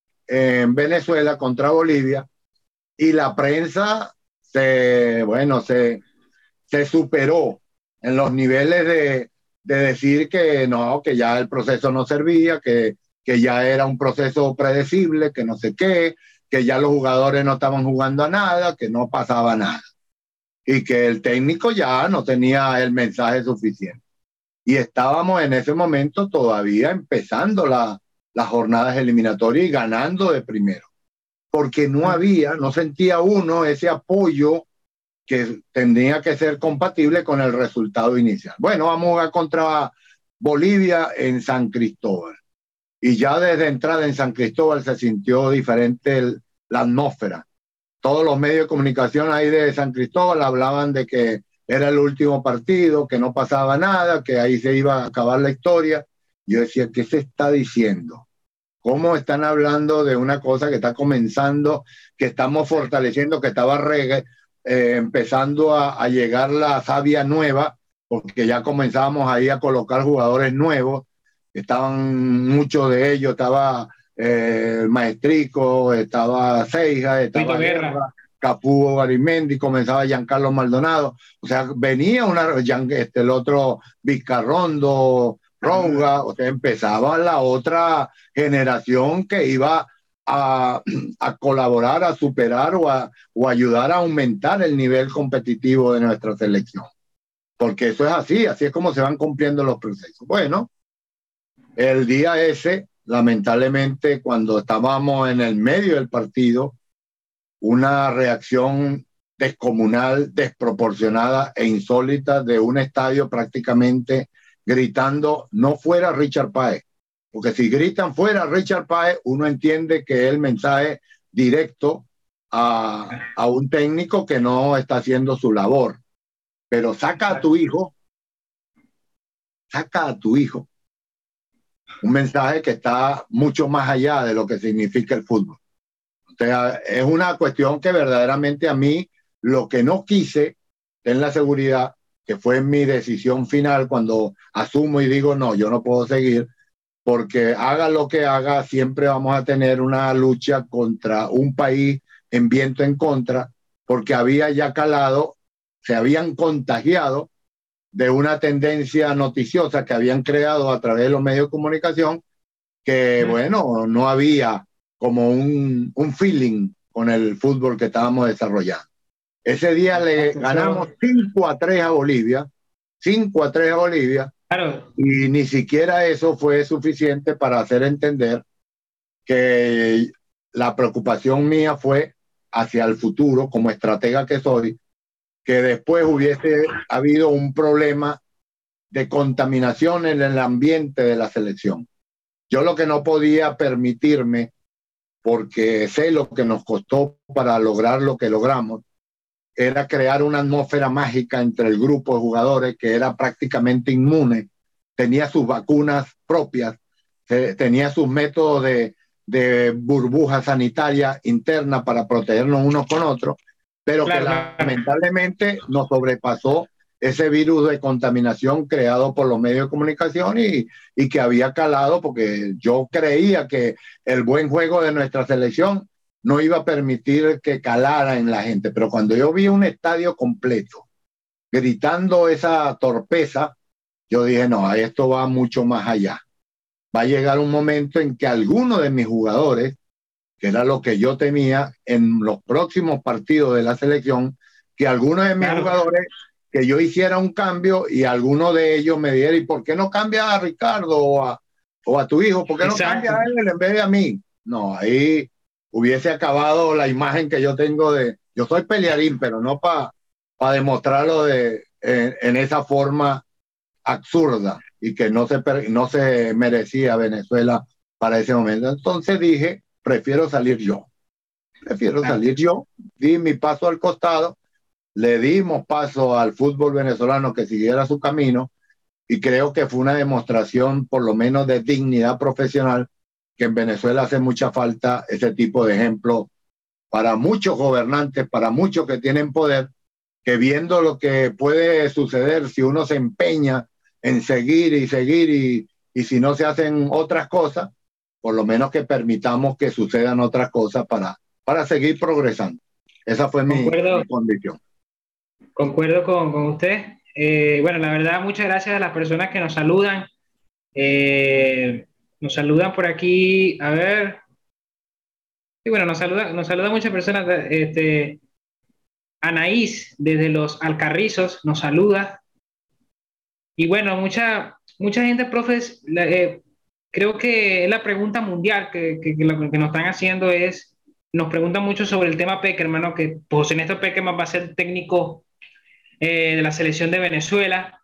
en Venezuela contra Bolivia, y la prensa se, bueno, se, se superó en los niveles de, de decir que no, que ya el proceso no servía, que, que ya era un proceso predecible, que no sé qué, que ya los jugadores no estaban jugando a nada, que no pasaba nada, y que el técnico ya no tenía el mensaje suficiente. Y estábamos en ese momento todavía empezando la, las jornadas eliminatorias y ganando de primero, porque no había, no sentía uno ese apoyo que tendría que ser compatible con el resultado inicial. Bueno, vamos a jugar contra Bolivia en San Cristóbal. Y ya desde entrada en San Cristóbal se sintió diferente el, la atmósfera. Todos los medios de comunicación ahí de San Cristóbal hablaban de que era el último partido, que no pasaba nada, que ahí se iba a acabar la historia. Yo decía, ¿qué se está diciendo? ¿Cómo están hablando de una cosa que está comenzando, que estamos fortaleciendo, que estaba reggae, eh, empezando a, a llegar la savia nueva, porque ya comenzábamos ahí a colocar jugadores nuevos? Estaban muchos de ellos, estaba eh, el Maestrico, estaba Seija, estaba Guerra, Capú Garimendi, comenzaba Giancarlo Maldonado. O sea, venía una, este, el otro Vizcarrondo, Rouga, o sea, empezaba la otra generación que iba a, a colaborar, a superar o a o ayudar a aumentar el nivel competitivo de nuestra selección. Porque eso es así, así es como se van cumpliendo los procesos. Bueno, el día ese, lamentablemente, cuando estábamos en el medio del partido, una reacción descomunal, desproporcionada e insólita de un estadio prácticamente gritando no fuera Richard Páez, porque si gritan fuera Richard Páez, uno entiende que es el mensaje directo a, a un técnico que no está haciendo su labor. Pero saca a tu hijo, saca a tu hijo, un mensaje que está mucho más allá de lo que significa el fútbol. O sea, es una cuestión que verdaderamente a mí, lo que no quise, ten la seguridad, que fue mi decisión final cuando asumo y digo, no, yo no puedo seguir, porque haga lo que haga, siempre vamos a tener una lucha contra un país en viento en contra, porque había ya calado, se habían contagiado de una tendencia noticiosa que habían creado a través de los medios de comunicación, que bueno, no había como un, un feeling con el fútbol que estábamos desarrollando. Ese día le ganamos cinco a tres a Bolivia, cinco a tres a Bolivia, claro. Y ni siquiera eso fue suficiente para hacer entender que la preocupación mía fue hacia el futuro, como estratega que soy, que después hubiese habido un problema de contaminación en el ambiente de la selección. Yo lo que no podía permitirme, porque sé lo que nos costó para lograr lo que logramos, era crear una atmósfera mágica entre el grupo de jugadores que era prácticamente inmune, tenía sus vacunas propias, tenía sus métodos de, de burbuja sanitaria interna para protegernos unos con otros, pero claro, que lamentablemente nos sobrepasó ese virus de contaminación creado por los medios de comunicación y, y que había calado, porque yo creía que el buen juego de nuestra selección no iba a permitir que calara en la gente. Pero cuando yo vi un estadio completo gritando esa torpeza, yo dije, no, esto va mucho más allá. Va a llegar un momento en que alguno de mis jugadores, que era lo que yo temía en los próximos partidos de la selección, que algunos de mis claro. jugadores, que yo hiciera un cambio y alguno de ellos me diera, ¿y por qué no cambia a Ricardo o a, o a tu hijo? ¿Por qué no Exacto. cambia a él en vez de a mí? No, ahí hubiese acabado la imagen que yo tengo de, yo soy pelearín, pero no para pa demostrarlo de, en, en esa forma absurda y que no se, no se merecía Venezuela para ese momento. Entonces dije, prefiero salir yo, prefiero salir yo, di mi paso al costado, le dimos paso al fútbol venezolano que siguiera su camino y creo que fue una demostración por lo menos de dignidad profesional, que en Venezuela hace mucha falta ese tipo de ejemplo para muchos gobernantes, para muchos que tienen poder, que viendo lo que puede suceder si uno se empeña en seguir y seguir y, y si no se hacen otras cosas, por lo menos que permitamos que sucedan otras cosas para, para seguir progresando. Esa fue mi, Concuerdo, mi condición. concuerdo con, con usted. Eh, bueno, la verdad, muchas gracias a las personas que nos saludan. Eh, nos saludan por aquí, a ver. Y bueno, nos saluda, nos saluda muchas personas. Este, Anaís, desde los Alcarrizos, nos saluda. Y bueno, mucha, mucha gente, profes, la- eh, creo que la pregunta mundial que, que, que lo que nos están haciendo es, nos preguntan mucho sobre el tema Peckerman, ¿no? Que José Néstor Peckerman va a ser técnico eh, de la selección de Venezuela,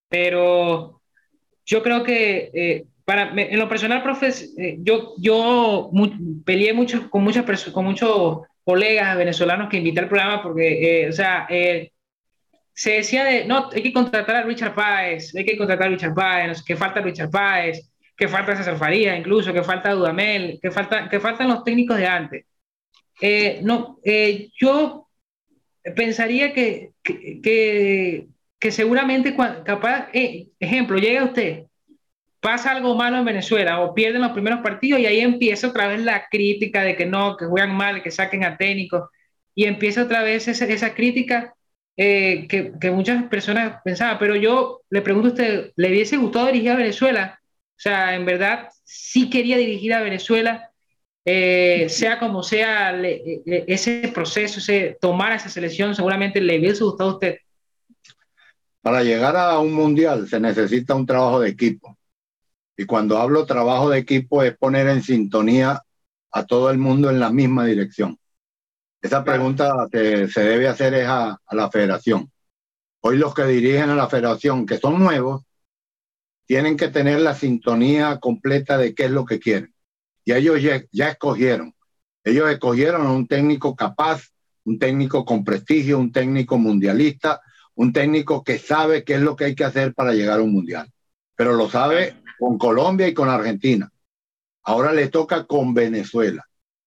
pero yo creo que eh, para, me- en lo personal, profes, eh, yo, yo mu- peleé mucho con muchas perso- con muchos colegas venezolanos que invité al programa porque, eh, o sea, eh, se decía de, no, hay que contratar a Richard Páez, hay que contratar a Richard Páez, no sé, que falta Richard Páez, que falta César Farías incluso, que falta Dudamel, que, falta, que faltan los técnicos de antes. Eh, no, eh, yo pensaría que, que, que, que seguramente, cua- capaz, eh, ejemplo, llega usted, pasa algo malo en Venezuela o pierden los primeros partidos y ahí empieza otra vez la crítica de que no, que juegan mal, que saquen a técnicos y empieza otra vez esa, esa crítica eh, que, que, muchas personas pensaban, pero yo le pregunto a usted, ¿le hubiese gustado dirigir a Venezuela? O sea, en verdad sí quería dirigir a Venezuela, eh, sea como sea le, eh, ese proceso, ese, tomar esa selección, seguramente le hubiese gustado a usted. Para llegar a un mundial se necesita un trabajo de equipo. Y cuando hablo trabajo de equipo es poner en sintonía a todo el mundo en la misma dirección. Esa Claro. pregunta que se debe hacer es a, a la federación. Hoy los que dirigen a la federación, que son nuevos, tienen que tener la sintonía completa de qué es lo que quieren. Y ellos ya, ya escogieron. Ellos escogieron a un técnico capaz, un técnico con prestigio, un técnico mundialista, un técnico que sabe qué es lo que hay que hacer para llegar a un mundial. Pero lo sabe con Colombia y con Argentina. Ahora le toca con Venezuela.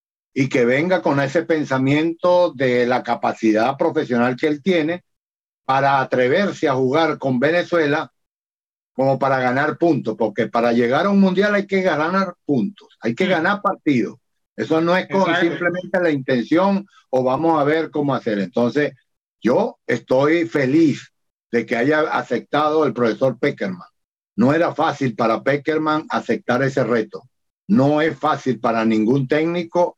Y que venga con ese pensamiento de la capacidad profesional que él tiene para atreverse a jugar con Venezuela como para ganar puntos, porque para llegar a un mundial hay que ganar puntos, hay que ganar partidos. Eso no es con Exacto. simplemente la intención o vamos a ver cómo hacer. Entonces, yo estoy feliz de que haya aceptado el profesor Peckerman. No era fácil para Peckerman aceptar ese reto. No es fácil para ningún técnico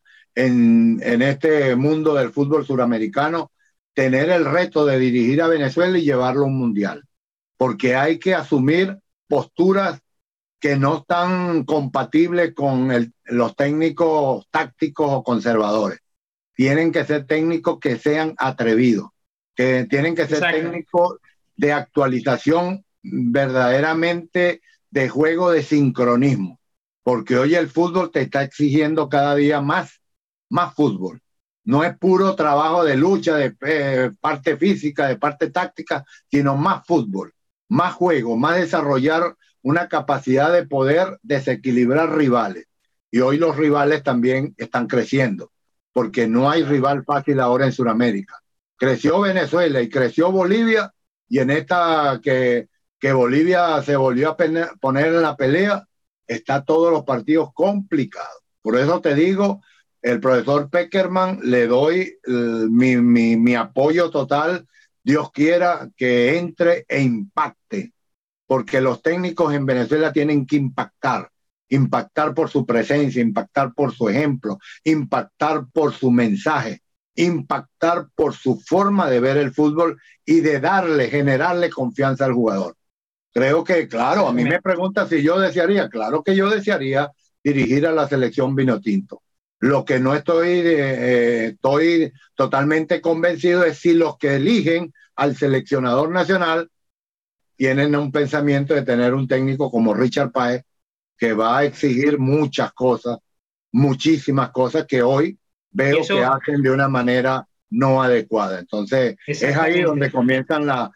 en, en este mundo del fútbol suramericano tener el reto de dirigir a Venezuela y llevarlo a un mundial, porque hay que asumir posturas que no están compatibles con el, los técnicos tácticos o conservadores. Tienen que ser técnicos que sean atrevidos, que tienen que ser Exacto. técnicos de actualización verdaderamente de juego de sincronismo, porque hoy el fútbol te está exigiendo cada día más, más fútbol. No es puro trabajo de lucha, de eh, parte física, de parte táctica, sino más fútbol, más juego, más desarrollar una capacidad de poder desequilibrar rivales. Y hoy los rivales también están creciendo, porque no hay rival fácil ahora en Sudamérica. Creció Venezuela y creció Bolivia, y en esta que, que Bolivia se volvió a poner en la pelea, está todos los partidos complicados. Por eso te digo, el profesor Peckerman le doy el, mi, mi, mi apoyo total. Dios quiera que entre e impacte, porque los técnicos en Venezuela tienen que impactar, impactar por su presencia, impactar por su ejemplo, impactar por su mensaje, impactar por su forma de ver el fútbol y de darle, generarle confianza al jugador. Creo que, claro, a mí me pregunta si yo desearía, claro que yo desearía dirigir a la selección Vinotinto. Lo que no estoy, eh, estoy totalmente convencido es si los que eligen al seleccionador nacional tienen un pensamiento de tener un técnico como Richard Páez, que va a exigir muchas cosas, muchísimas cosas que hoy veo Eso, que hacen de una manera no adecuada. Entonces, es ahí donde comienzan la,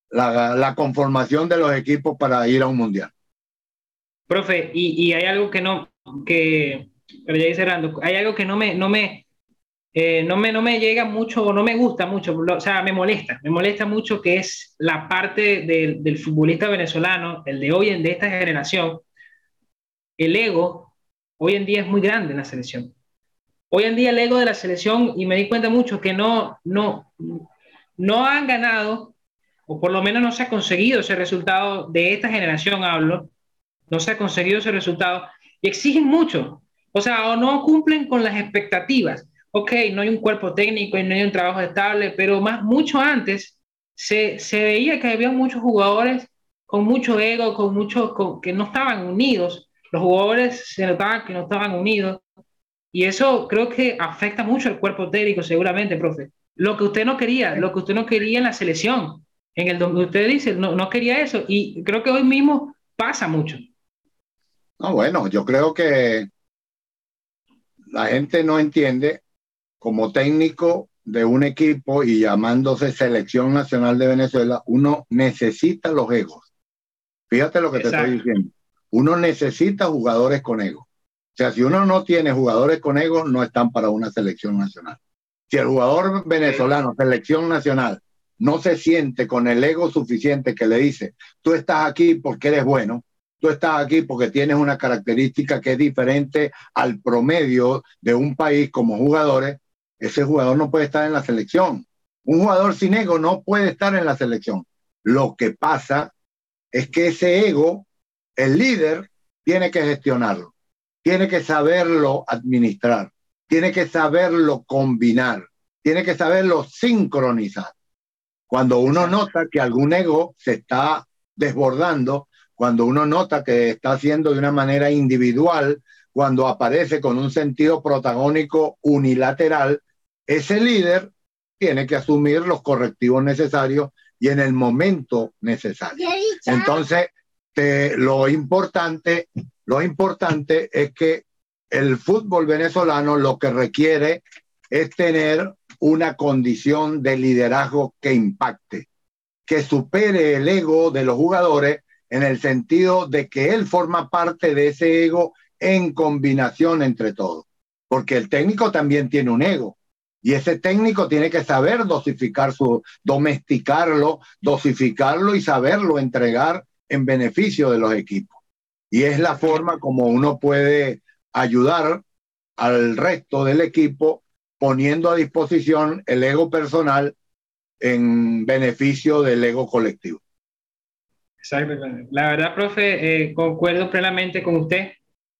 la, la conformación de los equipos para ir a un mundial. Profe, y, y hay algo que no, que, pero ya ir cerrando, hay algo que no me, no me, eh, no me, no me llega mucho, o no me gusta mucho, o sea, me molesta, me molesta mucho que es la parte del, del futbolista venezolano, el de hoy en de esta generación, el ego hoy en día es muy grande en la selección. Hoy en día el ego de la selección, y me di cuenta mucho que no, no, no han ganado, o por lo menos no se ha conseguido ese resultado de esta generación, hablo, no se ha conseguido ese resultado, y exigen mucho, o sea, o no cumplen con las expectativas. Ok, no hay un cuerpo técnico y no hay un trabajo estable, pero más, mucho antes se, se veía que había muchos jugadores con mucho ego, con mucho, con, que no estaban unidos, los jugadores se notaban que no estaban unidos, y eso creo que afecta mucho al cuerpo técnico, seguramente, profe. Lo que usted no quería, lo que usted no quería en la selección, en el donde usted dice, no, no quería eso, y creo que hoy mismo pasa mucho. No, bueno, yo creo que la gente no entiende como técnico de un equipo y llamándose Selección Nacional de Venezuela, uno necesita los egos. Fíjate lo que te estoy Exacto. diciendo. Uno necesita jugadores con ego. O sea, si uno no tiene jugadores con ego, no están para una selección nacional. Si el jugador Okay. venezolano, selección nacional, no se siente con el ego suficiente que le dice, tú estás aquí porque eres bueno, tú estás aquí porque tienes una característica que es diferente al promedio de un país como jugadores, ese jugador no puede estar en la selección. Un jugador sin ego no puede estar en la selección. Lo que pasa es que ese ego, el líder, tiene que gestionarlo, tiene que saberlo administrar, tiene que saberlo combinar, tiene que saberlo sincronizar. Cuando uno Exacto. nota que algún ego se está desbordando, cuando uno nota que está haciendo de una manera individual, cuando aparece con un sentido protagónico unilateral, ese líder tiene que asumir los correctivos necesarios y en el momento necesario. Entonces, eh, lo importante, lo importante es que el fútbol venezolano lo que requiere es tener una condición de liderazgo que impacte, que supere el ego de los jugadores en el sentido de que él forma parte de ese ego en combinación entre todos. Porque el técnico también tiene un ego y ese técnico tiene que saber dosificar su, domesticarlo, dosificarlo y saberlo entregar en beneficio de los equipos. Y es la forma como uno puede ayudar al resto del equipo poniendo a disposición el ego personal en beneficio del ego colectivo. Exacto. La verdad, profe, eh, concuerdo plenamente con usted,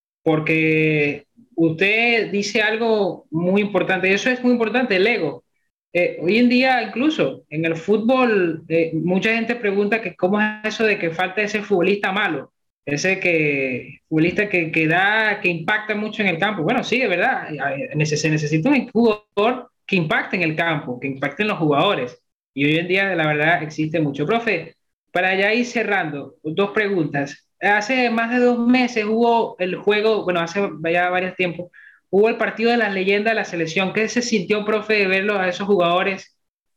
porque usted dice algo muy importante, y eso es muy importante, el ego. Eh, hoy en día, incluso en el fútbol, eh, mucha gente pregunta que cómo es eso de que falta ese futbolista malo, ese que, futbolista que, que da, que impacta mucho en el campo. Bueno, sí, de verdad, eh, se necesita un jugador que impacte en el campo, que impacte en los jugadores. Y hoy en día, la verdad, existe mucho. Profe, para ya ir cerrando, dos preguntas. Hace más de dos meses hubo el juego, bueno, hace ya varios tiempos, hubo el partido de las leyendas de la selección. ¿Qué se sintió, profe, de verlos a esos jugadores?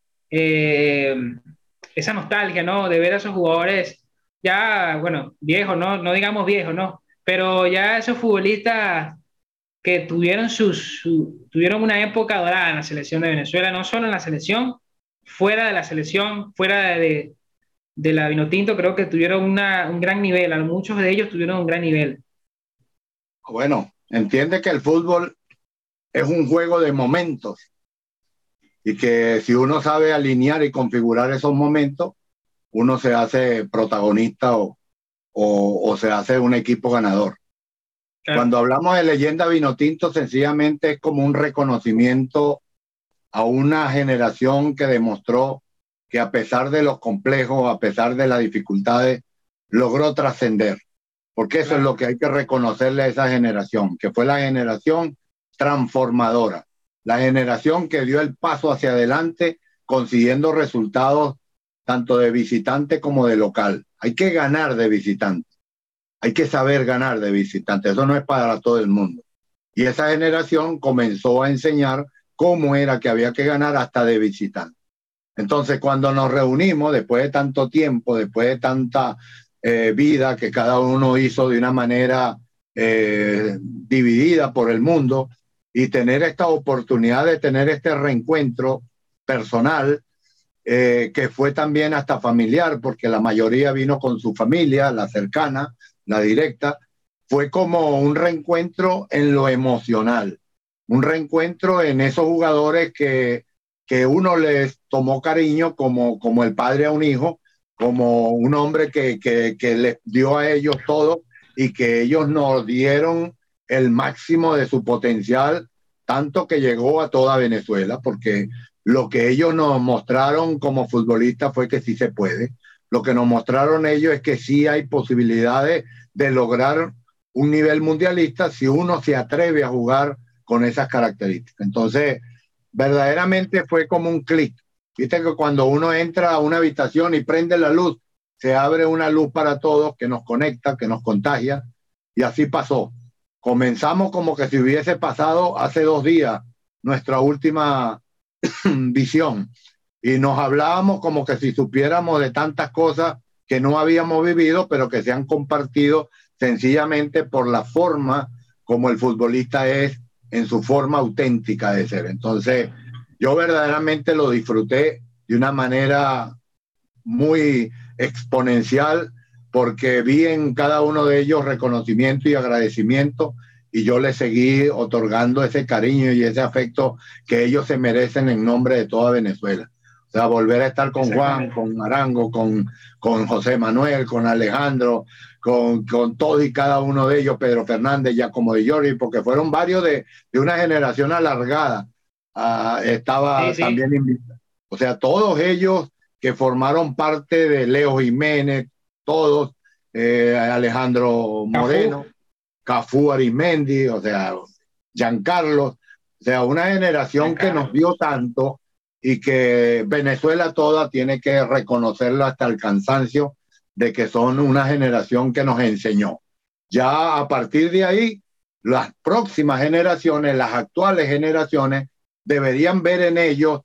Eh, esa nostalgia, ¿no? De ver a esos jugadores ya, bueno, viejos, ¿no? No digamos viejos, ¿no? Pero ya esos futbolistas que tuvieron, sus, su, tuvieron una época dorada en la selección de Venezuela, no solo en la selección, fuera de la selección, fuera de, de la Vinotinto, creo que tuvieron una, un gran nivel, muchos de ellos tuvieron un gran nivel. Bueno, entiende que el fútbol es un juego de momentos y que si uno sabe alinear y configurar esos momentos, uno se hace protagonista o, o, o se hace un equipo ganador. Claro. Cuando hablamos de leyenda Vinotinto, sencillamente es como un reconocimiento a una generación que demostró que a pesar de los complejos, a pesar de las dificultades, logró trascender. Porque eso es Claro. lo que hay que reconocerle a esa generación, que fue la generación transformadora, la generación que dio el paso hacia adelante consiguiendo resultados tanto de visitante como de local. Hay que ganar de visitante, hay que saber ganar de visitante, eso no es para todo el mundo. Y esa generación comenzó a enseñar cómo era que había que ganar hasta de visitante. Entonces, cuando nos reunimos, después de tanto tiempo, después de tanta eh, vida que cada uno hizo de una manera eh, dividida por el mundo, y tener esta oportunidad de tener este reencuentro personal, eh, que fue también hasta familiar, porque la mayoría vino con su familia, la cercana, la directa, fue como un reencuentro en lo emocional, un reencuentro en esos jugadores que, que uno les tomó cariño como, como el padre a un hijo, como un hombre que, que, que les dio a ellos todo y que ellos nos dieron el máximo de su potencial, tanto que llegó a toda Venezuela, porque lo que ellos nos mostraron como futbolistas fue que sí se puede. Lo que nos mostraron ellos es que sí hay posibilidades de lograr un nivel mundialista si uno se atreve a jugar con esas características. Entonces, verdaderamente fue como un clic. Viste que cuando uno entra a una habitación y prende la luz, se abre una luz para todos que nos conecta, que nos contagia, y así pasó. Comenzamos como que si hubiese pasado hace dos días nuestra última visión, y nos hablábamos como que si supiéramos de tantas cosas que no habíamos vivido, pero que se han compartido sencillamente por la forma como el futbolista es en su forma auténtica de ser. Entonces, yo verdaderamente lo disfruté de una manera muy exponencial, porque vi en cada uno de ellos reconocimiento y agradecimiento, y yo les seguí otorgando ese cariño y ese afecto que ellos se merecen en nombre de toda Venezuela. O sea, volver a estar con Juan, con Arango, con, con José Manuel, con Alejandro, con, con todos y cada uno de ellos, Pedro Fernández, Giacomo Di Giorgi, porque fueron varios de, de una generación alargada. Uh, estaba sí, sí. también invitado. O sea, todos ellos que formaron parte de Leo Jiménez, todos, eh, Alejandro Moreno, Cafú Arismendi, o sea, Giancarlo, o sea, una generación que nos dio tanto y que Venezuela toda tiene que reconocerlo hasta el cansancio de que son una generación que nos enseñó. Ya a partir de ahí, las próximas generaciones, las actuales generaciones, deberían ver en ellos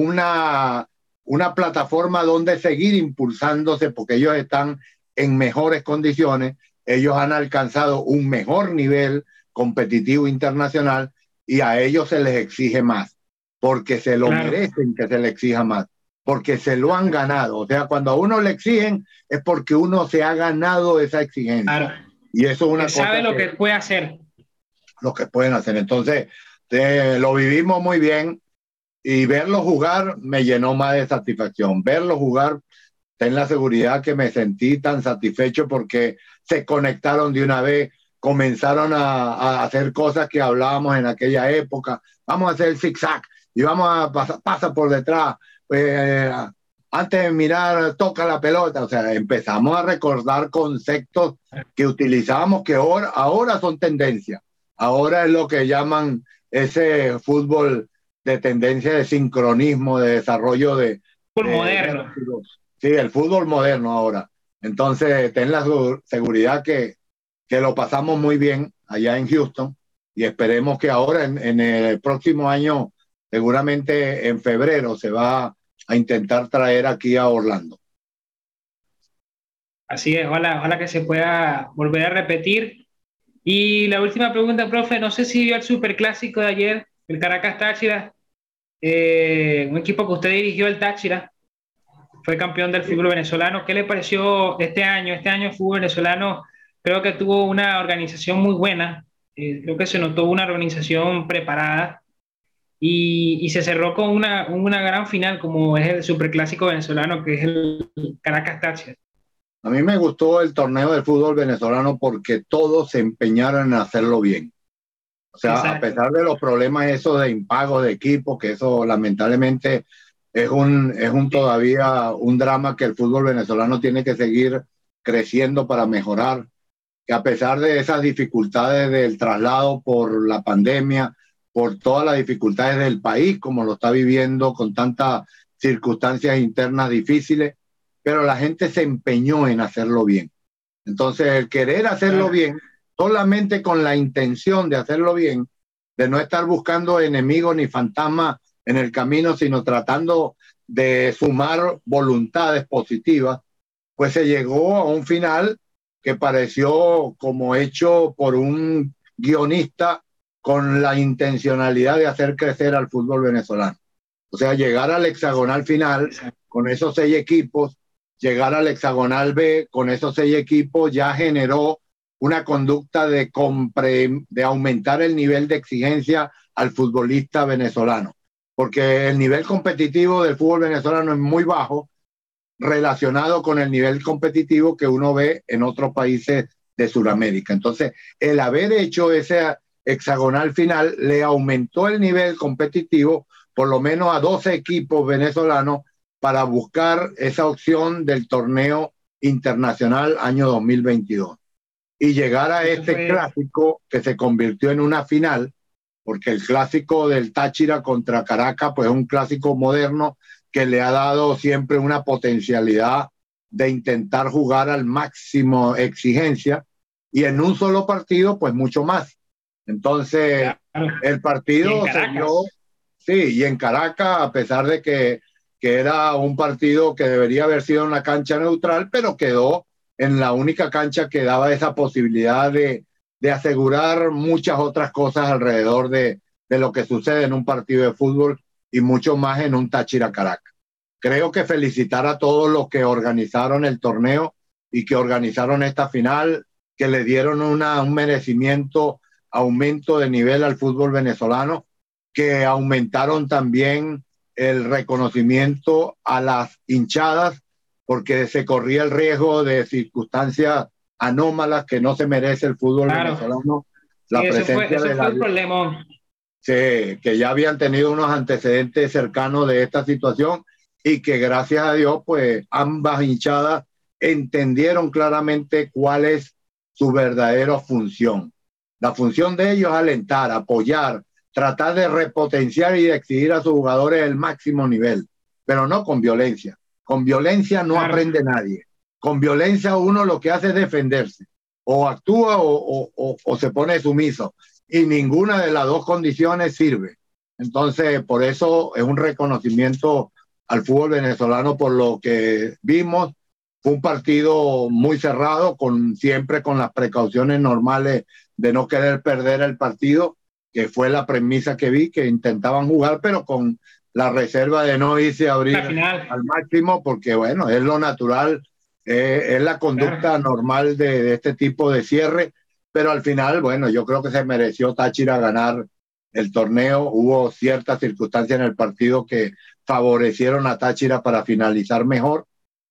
una, una plataforma donde seguir impulsándose, porque ellos están en mejores condiciones, ellos han alcanzado un mejor nivel competitivo internacional y a ellos se les exige más, porque se lo claro. merecen que se les exija más, porque se lo han ganado. O sea, cuando a uno le exigen es porque uno se ha ganado esa exigencia. Claro. Y eso es una que cosa sabe lo que, que puede hacer. Lo que pueden hacer. Entonces, eh, lo vivimos muy bien, y verlo jugar me llenó más de satisfacción. Verlo jugar, ten la seguridad que me sentí tan satisfecho porque se conectaron de una vez, comenzaron a, a hacer cosas que hablábamos en aquella época. Vamos a hacer el zigzag y vamos a pasar pasa por detrás. Eh, antes de mirar, toca la pelota. O sea, empezamos a recordar conceptos que utilizábamos que ahora, ahora son tendencia. Ahora es lo que llaman ese fútbol de tendencia de sincronismo, de desarrollo de... Fútbol de, moderno. De, sí, el fútbol moderno ahora. Entonces, ten la seguridad que, que lo pasamos muy bien allá en Houston, y esperemos que ahora en, en el próximo año, seguramente en febrero, se va a intentar traer aquí a Orlando. Así es, ojalá, ojalá que se pueda volver a repetir. Y la última pregunta, profe, no sé si vio el superclásico de ayer, el Caracas Táchira, eh, un equipo que usted dirigió, el Táchira, fue campeón del fútbol venezolano. ¿Qué le pareció este año? Este año el fútbol venezolano creo que tuvo una organización muy buena, eh, creo que se notó una organización preparada, y, y se cerró con una, una gran final como es el superclásico venezolano, que es el Caracas Táchira. A mí me gustó el torneo del fútbol venezolano porque todos se empeñaron en hacerlo bien. O sea, exacto. A pesar de los problemas esos de impago de equipos, que eso lamentablemente es un, es un todavía un drama que el fútbol venezolano tiene que seguir creciendo para mejorar, que a pesar de esas dificultades del traslado por la pandemia, por todas las dificultades del país, como lo está viviendo con tantas circunstancias internas difíciles, pero la gente se empeñó en hacerlo bien. Entonces, el querer hacerlo bien, solamente con la intención de hacerlo bien, de no estar buscando enemigos ni fantasmas en el camino, sino tratando de sumar voluntades positivas, pues se llegó a un final que pareció como hecho por un guionista con la intencionalidad de hacer crecer al fútbol venezolano. O sea, llegar al hexagonal final con esos seis equipos, llegar al hexagonal B con esos seis equipos ya generó una conducta de, compre, de aumentar el nivel de exigencia al futbolista venezolano, porque el nivel competitivo del fútbol venezolano es muy bajo relacionado con el nivel competitivo que uno ve en otros países de Sudamérica. Entonces, el haber hecho ese hexagonal final le aumentó el nivel competitivo por lo menos a doce equipos venezolanos para buscar esa opción del torneo internacional año dos mil veintidós. Y llegar a Eso este fue... clásico que se convirtió en una final, porque el clásico del Táchira contra Caracas, pues es un clásico moderno que le ha dado siempre una potencialidad de intentar jugar al máximo exigencia, y en un solo partido, pues mucho más. Entonces, claro. el partido se dio, sí, y en Caracas, a pesar de que, que era un partido que debería haber sido en una cancha neutral, pero quedó en la única cancha que daba esa posibilidad de, de asegurar muchas otras cosas alrededor de, de lo que sucede en un partido de fútbol y mucho más en un Táchira Caracas. Creo que felicitar a todos los que organizaron el torneo y que organizaron esta final, que le dieron una, un merecimiento, aumento de nivel al fútbol venezolano, que aumentaron también el reconocimiento a las hinchadas, porque se corría el riesgo de circunstancias anómalas que no se merece el fútbol claro. venezolano. La sí, presencia eso fue, eso de fue la... el problema. Sí, que ya habían tenido unos antecedentes cercanos de esta situación y que gracias a Dios, pues ambas hinchadas entendieron claramente cuál es su verdadera función. La función de ellos es alentar, apoyar, tratar de repotenciar y de exigir a sus jugadores el máximo nivel, pero no con violencia. Con violencia no claro. aprende nadie. Con violencia uno lo que hace es defenderse. O actúa o, o, o, o se pone sumiso. Y ninguna de las dos condiciones sirve. Entonces, por eso es un reconocimiento al fútbol venezolano por lo que vimos. Fue un partido muy cerrado, con, siempre con las precauciones normales de no querer perder el partido, que fue la premisa que vi, que intentaban jugar, pero con la reserva de no irse a abrir al máximo, porque bueno, es lo natural, eh, es la conducta claro. normal de, de este tipo de cierre, pero al final, bueno, yo creo que se mereció Táchira ganar el torneo. Hubo ciertas circunstancias en el partido que favorecieron a Táchira para finalizar mejor,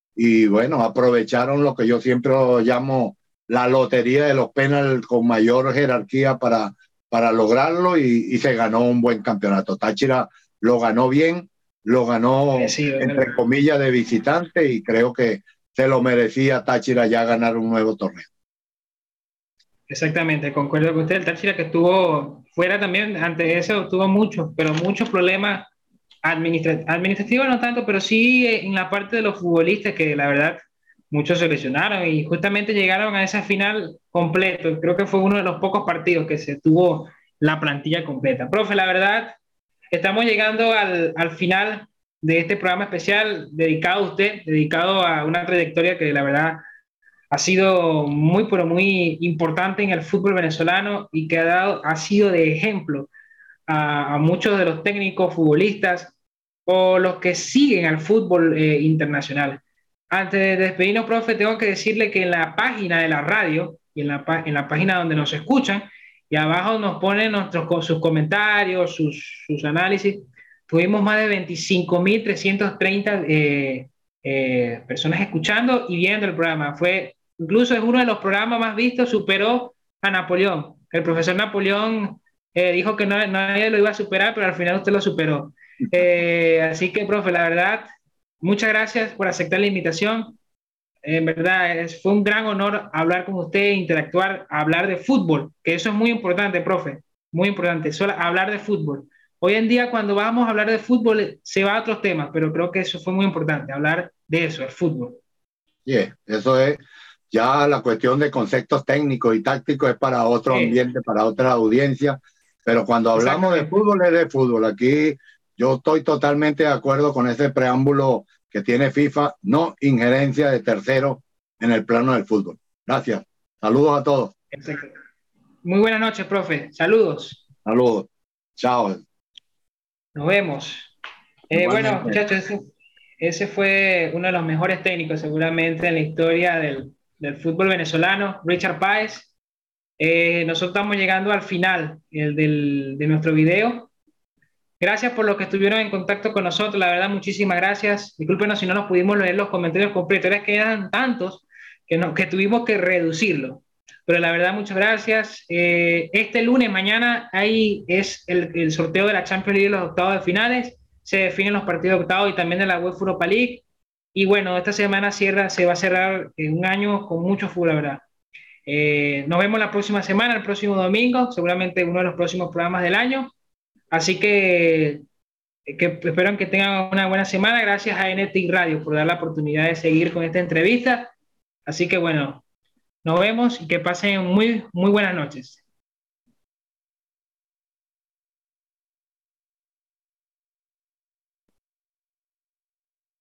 y bueno, aprovecharon lo que yo siempre llamo la lotería de los penales con mayor jerarquía para, para lograrlo, y, y se ganó un buen campeonato. Táchira lo ganó bien, lo ganó sí, entre comillas de visitante, y creo que se lo merecía Táchira ya ganar un nuevo torneo. Exactamente, concuerdo con usted. El Táchira que estuvo fuera también, ante eso tuvo muchos, pero muchos problemas administra administrativos, no tanto, pero sí en la parte de los futbolistas, que la verdad muchos se lesionaron y justamente llegaron a esa final completo. Creo que fue uno de los pocos partidos que se tuvo la plantilla completa. Profe, la verdad, estamos llegando al, al final de este programa especial dedicado a usted, dedicado a una trayectoria que la verdad ha sido muy, pero muy importante en el fútbol venezolano y que ha, dado, ha sido de ejemplo a, a muchos de los técnicos futbolistas o los que siguen al fútbol eh, internacional. Antes de despedirnos, profe, tengo que decirle que en la página de la radio y en la, en la página donde nos escuchan, y abajo nos ponen nuestros, sus comentarios, sus, sus análisis, tuvimos más de veinticinco mil trescientas treinta eh, eh, personas escuchando y viendo el programa. Fue, incluso es uno de los programas más vistos, superó a Napoleón. El profesor Napoleón eh, dijo que no, nadie lo iba a superar, pero al final usted lo superó. Eh, así que, profe, la verdad, muchas gracias por aceptar la invitación. En verdad, es, fue un gran honor hablar con usted, interactuar, hablar de fútbol, que eso es muy importante, profe, muy importante, solo hablar de fútbol. Hoy en día, cuando vamos a hablar de fútbol, se va a otros temas, pero creo que eso fue muy importante, hablar de eso, el fútbol. Yeah, eso es, ya la cuestión de conceptos técnicos y tácticos es para otro sí. ambiente, para otra audiencia, pero cuando hablamos de fútbol es de fútbol. Aquí yo estoy totalmente de acuerdo con ese preámbulo que tiene FIFA, no injerencia de terceros en el plano del fútbol. Gracias. Saludos a todos. Exacto. Muy buenas noches, profe. Saludos. Saludos. Chao. Nos vemos. Eh, bueno, muchachos, ese, ese fue uno de los mejores técnicos seguramente en la historia del, del fútbol venezolano, Richard Páez. Eh, nosotros estamos llegando al final el del, de nuestro video. Gracias por los que estuvieron en contacto con nosotros, la verdad, muchísimas gracias. Discúlpenos si no nos pudimos leer los comentarios completos, es que eran tantos que, no, que tuvimos que reducirlo. Pero la verdad, muchas gracias. Eh, este lunes, mañana, ahí es el, el sorteo de la Champions League, los octavos de finales. Se definen los partidos de octavos y también de la UEFA Europa League. Y bueno, esta semana cierra, se va a cerrar un año con mucho fútbol, la verdad. Eh, nos vemos la próxima semana, el próximo domingo, seguramente uno de los próximos programas del año. Así que, que espero que tengan una buena semana. Gracias a N T I Radio por dar la oportunidad de seguir con esta entrevista. Así que bueno, nos vemos y que pasen muy, muy buenas noches.